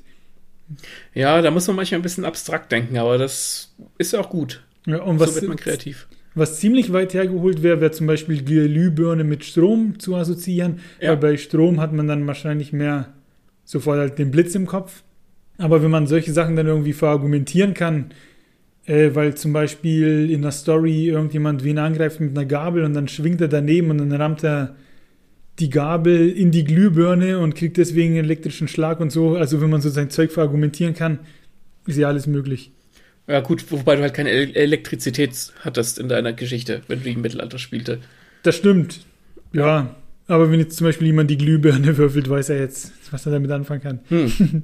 Ja, da muss man manchmal ein bisschen abstrakt denken, aber das ist auch gut. Ja, und so wird man kreativ. Was ziemlich weit hergeholt wäre zum Beispiel Glühbirne mit Strom zu assoziieren. Ja. Weil bei Strom hat man dann wahrscheinlich mehr sofort halt den Blitz im Kopf. Aber wenn man solche Sachen dann irgendwie verargumentieren kann, weil zum Beispiel in der Story irgendjemand wen angreift mit einer Gabel und dann schwingt er daneben und dann rammt er die Gabel in die Glühbirne und kriegt deswegen einen elektrischen Schlag und so. Also wenn man so sein Zeug verargumentieren kann, ist ja alles möglich. Ja gut, wobei du halt keine Elektrizität hattest in deiner Geschichte, wenn du im Mittelalter spielte. Das stimmt, ja. Aber wenn jetzt zum Beispiel jemand die Glühbirne würfelt, weiß er jetzt, was er damit anfangen kann.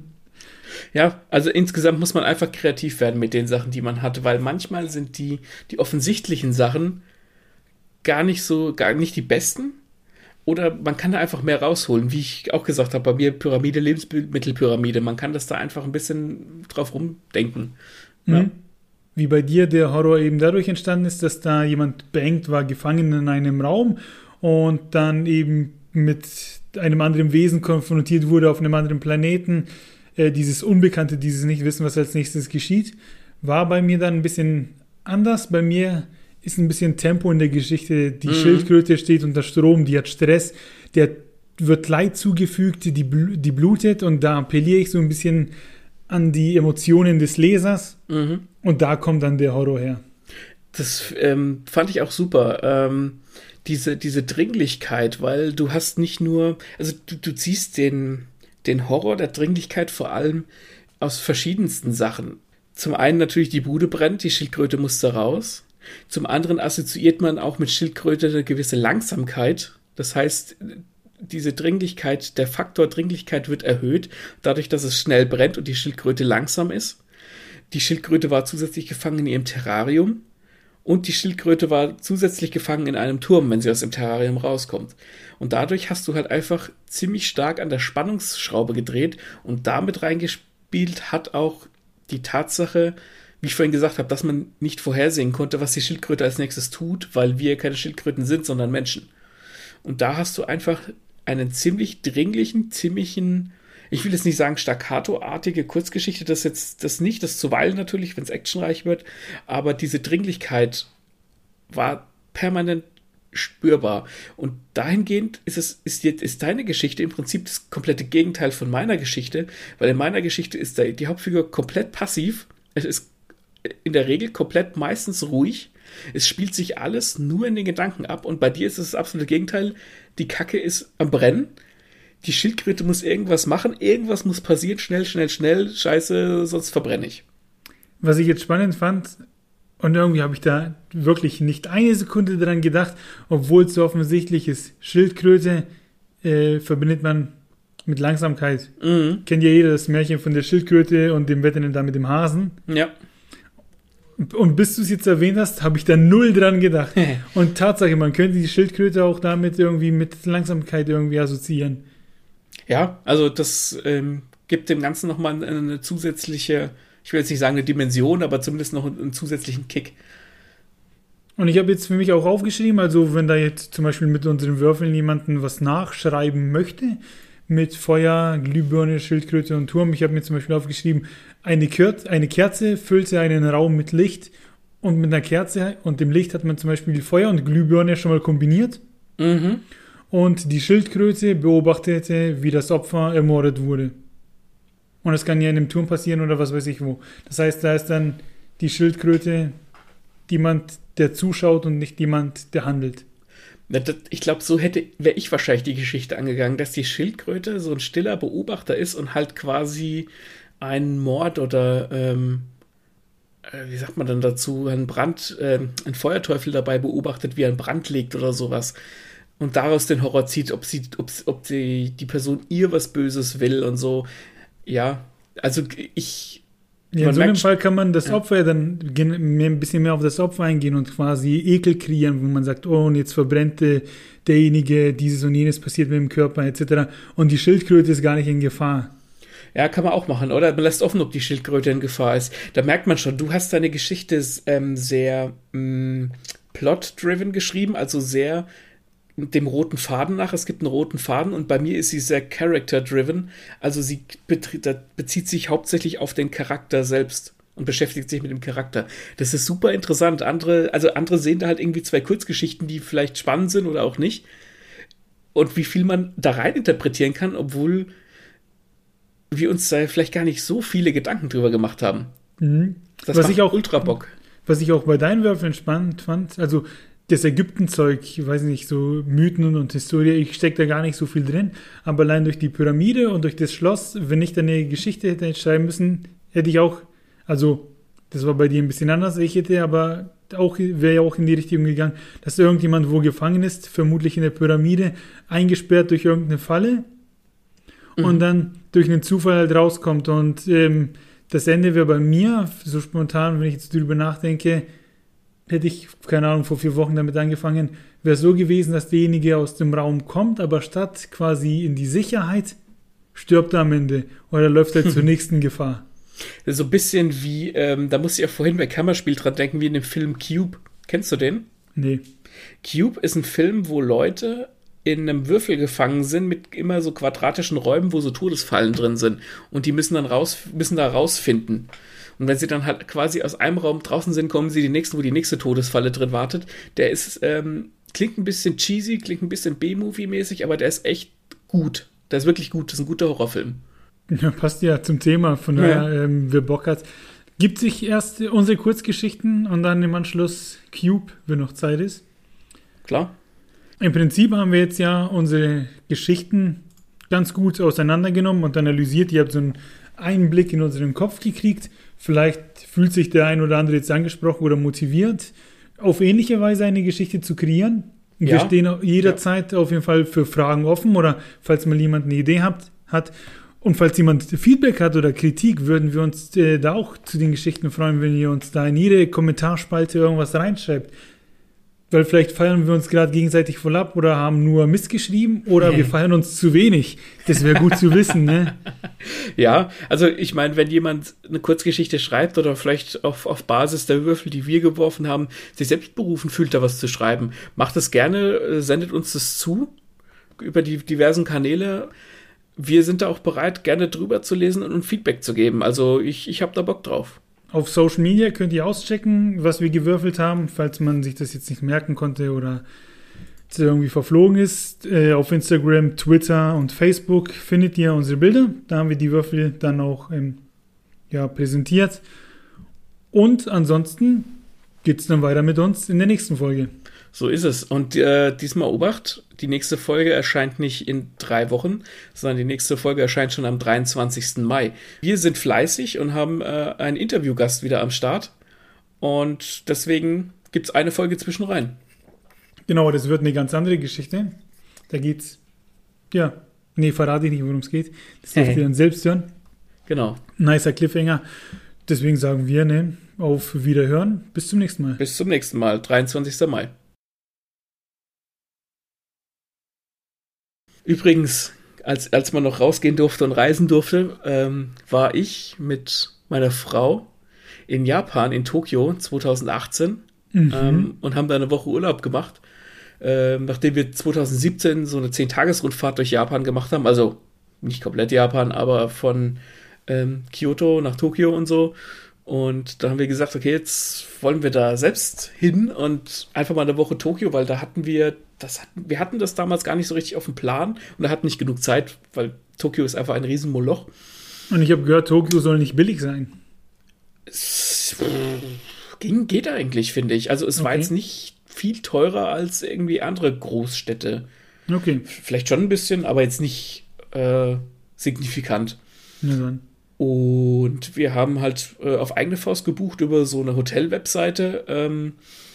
Ja, also insgesamt muss man einfach kreativ werden mit den Sachen, die man hat, weil manchmal sind die offensichtlichen Sachen gar nicht die besten. Oder man kann da einfach mehr rausholen, wie ich auch gesagt habe, bei mir Pyramide, Lebensmittelpyramide. Man kann das da einfach ein bisschen drauf rumdenken. Ja. Wie bei dir der Horror eben dadurch entstanden ist, dass da jemand beengt war, gefangen in einem Raum und dann eben mit einem anderen Wesen konfrontiert wurde auf einem anderen Planeten. Dieses Unbekannte, dieses Nicht-Wissen, was als nächstes geschieht, war bei mir dann ein bisschen anders. Bei mir ist ein bisschen Tempo in der Geschichte. Die Schildkröte steht unter Strom, die hat Stress, der wird Leid zugefügt, die blutet und da appelliere ich so ein bisschen an die Emotionen des Lesers und da kommt dann der Horror her. Das fand ich auch super. Diese Dringlichkeit, weil du hast nicht nur, also du ziehst den Horror der Dringlichkeit vor allem aus verschiedensten Sachen. Zum einen natürlich die Bude brennt, die Schildkröte muss da raus. Zum anderen assoziiert man auch mit Schildkröte eine gewisse Langsamkeit. Das heißt, diese Dringlichkeit, der Faktor Dringlichkeit wird erhöht, dadurch, dass es schnell brennt und die Schildkröte langsam ist. die Schildkröte war zusätzlich gefangen in ihrem Terrarium und die Schildkröte war zusätzlich gefangen in einem Turm, wenn sie aus dem Terrarium rauskommt. Und dadurch hast du halt einfach ziemlich stark an der Spannungsschraube gedreht und damit reingespielt hat auch die Tatsache, wie ich vorhin gesagt habe, dass man nicht vorhersehen konnte, was die Schildkröte als nächstes tut, weil wir keine Schildkröten sind, sondern Menschen. Und da hast du einfach einen ziemlich dringlichen, ziemlichen, ich will jetzt nicht sagen staccato-artige Kurzgeschichte, das jetzt das nicht, das zuweilen natürlich, wenn es actionreich wird, aber diese Dringlichkeit war permanent spürbar. Und dahingehend ist deine Geschichte im Prinzip das komplette Gegenteil von meiner Geschichte, weil in meiner Geschichte ist die Hauptfigur komplett passiv. Es ist in der Regel komplett meistens ruhig. Es spielt sich alles nur in den Gedanken ab und bei dir ist es das absolute Gegenteil. Die Kacke ist am Brennen. Die Schildkröte muss irgendwas machen, irgendwas muss passieren, schnell, schnell, schnell, scheiße, sonst verbrenne ich. Was ich jetzt spannend fand, und irgendwie habe ich da wirklich nicht eine Sekunde dran gedacht, obwohl es so offensichtlich ist, Schildkröte verbindet man mit Langsamkeit. Mhm. Kennt ja jeder das Märchen von der Schildkröte und dem Wettrennen da mit dem Hasen. Ja. Und bis du es jetzt erwähnt hast, habe ich da null dran gedacht. Und Tatsache, man könnte die Schildkröte auch damit irgendwie mit Langsamkeit irgendwie assoziieren. Ja, also das gibt dem Ganzen nochmal eine zusätzliche, ich will jetzt nicht sagen eine Dimension, aber zumindest noch einen zusätzlichen Kick. Und ich habe jetzt für mich auch aufgeschrieben, also wenn da jetzt zum Beispiel mit unseren Würfeln jemanden was nachschreiben möchte, mit Feuer, Glühbirne, Schildkröte und Turm. Ich habe mir zum Beispiel aufgeschrieben, eine Kerze füllte einen Raum mit Licht und mit einer Kerze und dem Licht hat man zum Beispiel Feuer und Glühbirne schon mal kombiniert. Mhm. Und die Schildkröte beobachtete, wie das Opfer ermordet wurde. Und das kann ja in dem Turm passieren oder was weiß ich wo. Das heißt, da ist dann die Schildkröte jemand, der zuschaut und nicht jemand, der handelt. Ich glaube, so wäre ich wahrscheinlich die Geschichte angegangen, dass die Schildkröte so ein stiller Beobachter ist und halt quasi einen Mord oder wie sagt man dann dazu, einen Feuerteufel dabei beobachtet, wie er einen Brand legt oder sowas. Und daraus den Horror zieht, ob die Person ihr was Böses will und so. Ja, also in so einem Fall kann man das Opfer dann ein bisschen mehr auf das Opfer eingehen und quasi Ekel kreieren, wo man sagt, oh, und jetzt verbrennt derjenige, dieses und jenes passiert mit dem Körper etc. Und die Schildkröte ist gar nicht in Gefahr. Ja, kann man auch machen, oder? Man lässt offen, ob die Schildkröte in Gefahr ist. Da merkt man schon, du hast deine Geschichte sehr plot-driven geschrieben, also sehr dem roten Faden nach. Es gibt einen roten Faden und bei mir ist sie sehr character-driven. Also sie bezieht sich hauptsächlich auf den Charakter selbst und beschäftigt sich mit dem Charakter. Das ist super interessant. Andere sehen da halt irgendwie zwei Kurzgeschichten, die vielleicht spannend sind oder auch nicht. Und wie viel man da rein interpretieren kann, obwohl wir uns da vielleicht gar nicht so viele Gedanken drüber gemacht haben. Mhm. Das macht ultra Bock. Was ich auch bei deinen Würfeln spannend fand, also das Ägyptenzeug, ich weiß nicht, so Mythen und Historie, ich stecke da gar nicht so viel drin, aber allein durch die Pyramide und durch das Schloss, wenn ich da eine Geschichte hätte schreiben müssen, hätte ich auch, also das war bei dir ein bisschen anders, wäre ja auch in die Richtung gegangen, dass irgendjemand wo gefangen ist, vermutlich in der Pyramide, eingesperrt durch irgendeine Falle und dann durch einen Zufall halt rauskommt und das Ende wäre bei mir, so spontan, wenn ich jetzt drüber nachdenke, hätte ich, keine Ahnung, vor 4 Wochen damit angefangen, wäre so gewesen, dass derjenige aus dem Raum kommt, aber statt quasi in die Sicherheit, stirbt er am Ende oder läuft er zur nächsten Gefahr. So ein bisschen wie, da musste ich ja vorhin bei Kammerspiel dran denken, wie in dem Film Cube. Kennst du den? Nee. Cube ist ein Film, wo Leute in einem Würfel gefangen sind mit immer so quadratischen Räumen, wo so Todesfallen drin sind und die müssen da rausfinden. Und wenn sie dann halt quasi aus einem Raum draußen sind, kommen sie in die nächsten, wo die nächste Todesfalle drin wartet. Der ist, klingt ein bisschen cheesy, klingt ein bisschen B-Movie-mäßig, aber der ist echt gut. Der ist wirklich gut. Das ist ein guter Horrorfilm. Ja, passt ja zum Thema, von daher, wer Bock hat. Gibt sich erst unsere Kurzgeschichten und dann im Anschluss Cube, wenn noch Zeit ist. Klar. Im Prinzip haben wir jetzt ja unsere Geschichten ganz gut auseinandergenommen und analysiert. Ihr habt so einen Einblick in unseren Kopf gekriegt. Vielleicht fühlt sich der ein oder andere jetzt angesprochen oder motiviert, auf ähnliche Weise eine Geschichte zu kreieren. Wir stehen jederzeit auf jeden Fall für Fragen offen oder falls mal jemand eine Idee hat. Und falls jemand Feedback hat oder Kritik, würden wir uns da auch zu den Geschichten freuen, wenn ihr uns da in jede Kommentarspalte irgendwas reinschreibt. Weil vielleicht feiern wir uns gerade gegenseitig voll ab oder haben nur Mist geschrieben oder wir feiern uns zu wenig. Das wäre gut zu wissen, ne? Ja, also ich meine, wenn jemand eine Kurzgeschichte schreibt oder vielleicht auf Basis der Würfel, die wir geworfen haben, sich selbst berufen fühlt, da was zu schreiben, macht das gerne, sendet uns das zu über die diversen Kanäle. Wir sind da auch bereit, gerne drüber zu lesen und Feedback zu geben. Also ich habe da Bock drauf. Auf Social Media könnt ihr auschecken, was wir gewürfelt haben, falls man sich das jetzt nicht merken konnte oder es irgendwie verflogen ist. Auf Instagram, Twitter und Facebook findet ihr unsere Bilder. Da haben wir die Würfel dann auch präsentiert. Und ansonsten geht es dann weiter mit uns in der nächsten Folge. So ist es. Und diesmal Obacht, die nächste Folge erscheint nicht in 3 Wochen, sondern die nächste Folge erscheint schon am 23. Mai. Wir sind fleißig und haben einen Interviewgast wieder am Start. Und deswegen gibt es eine Folge zwischen rein. Genau, das wird eine ganz andere Geschichte. Da geht's, verrate ich nicht, worum es geht. Das dürft ihr dann selbst hören. Genau. Nicer Cliffhanger. Deswegen sagen wir, auf Wiederhören. Bis zum nächsten Mal. Bis zum nächsten Mal, 23. Mai. Übrigens, als man noch rausgehen durfte und reisen durfte, war ich mit meiner Frau in Japan, in Tokio 2018 und haben da eine Woche Urlaub gemacht, nachdem wir 2017 so eine 10-Tages-Rundfahrt durch Japan gemacht haben, also nicht komplett Japan, aber von Kyoto nach Tokio und so. Und dann haben wir gesagt, okay, jetzt wollen wir da selbst hin und einfach mal eine Woche Tokio, weil da wir hatten das damals gar nicht so richtig auf dem Plan und da hatten nicht genug Zeit, weil Tokio ist einfach ein Riesenmoloch. Und ich habe gehört, Tokio soll nicht billig sein. Geht eigentlich, finde ich. Also es war jetzt nicht viel teurer als irgendwie andere Großstädte. Okay. Vielleicht schon ein bisschen, aber jetzt nicht signifikant. Ja, dann. Und wir haben halt auf eigene Faust gebucht über so eine Hotel-Webseite.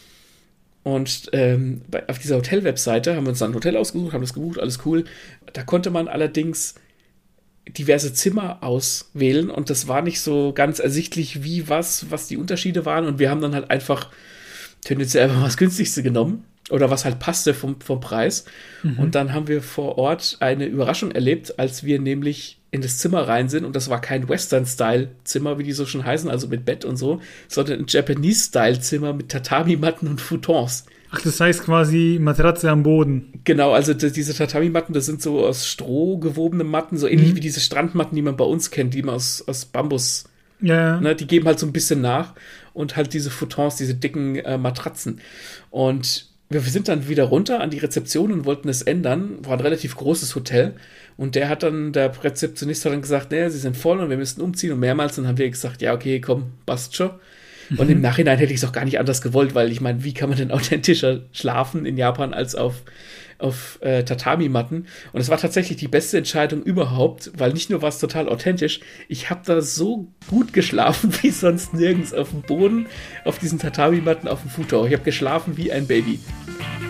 Auf dieser Hotel-Webseite haben wir uns dann ein Hotel ausgesucht, haben das gebucht, alles cool. Da konnte man allerdings diverse Zimmer auswählen und das war nicht so ganz ersichtlich, was die Unterschiede waren. Und wir haben dann halt einfach tendenziell einfach mal das Günstigste genommen oder was halt passte vom Preis. Und dann haben wir vor Ort eine Überraschung erlebt, als wir nämlich in das Zimmer rein sind und das war kein Western-Style-Zimmer, wie die so schon heißen, also mit Bett und so, sondern ein Japanese-Style-Zimmer mit Tatami-Matten und Futons. Ach, das heißt quasi Matratze am Boden. Genau, also diese Tatami-Matten, das sind so aus Stroh gewobene Matten, so ähnlich wie diese Strandmatten, die man bei uns kennt, die man aus Bambus, ne, die geben halt so ein bisschen nach und halt diese Futons, diese dicken Matratzen. Und wir sind dann wieder runter an die Rezeption und wollten es ändern. War ein relativ großes Hotel. Und der Rezeptionist hat dann gesagt, naja, sie sind voll und wir müssten umziehen. Und mehrmals dann haben wir gesagt, ja, okay, komm, passt schon. Und im Nachhinein hätte ich es auch gar nicht anders gewollt, weil ich meine, wie kann man denn authentischer schlafen in Japan als auf Tatami-Matten? Und es war tatsächlich die beste Entscheidung überhaupt, weil nicht nur war es total authentisch, ich habe da so gut geschlafen wie sonst nirgends auf dem Boden, auf diesen Tatami-Matten, auf dem Futon. Ich habe geschlafen wie ein Baby.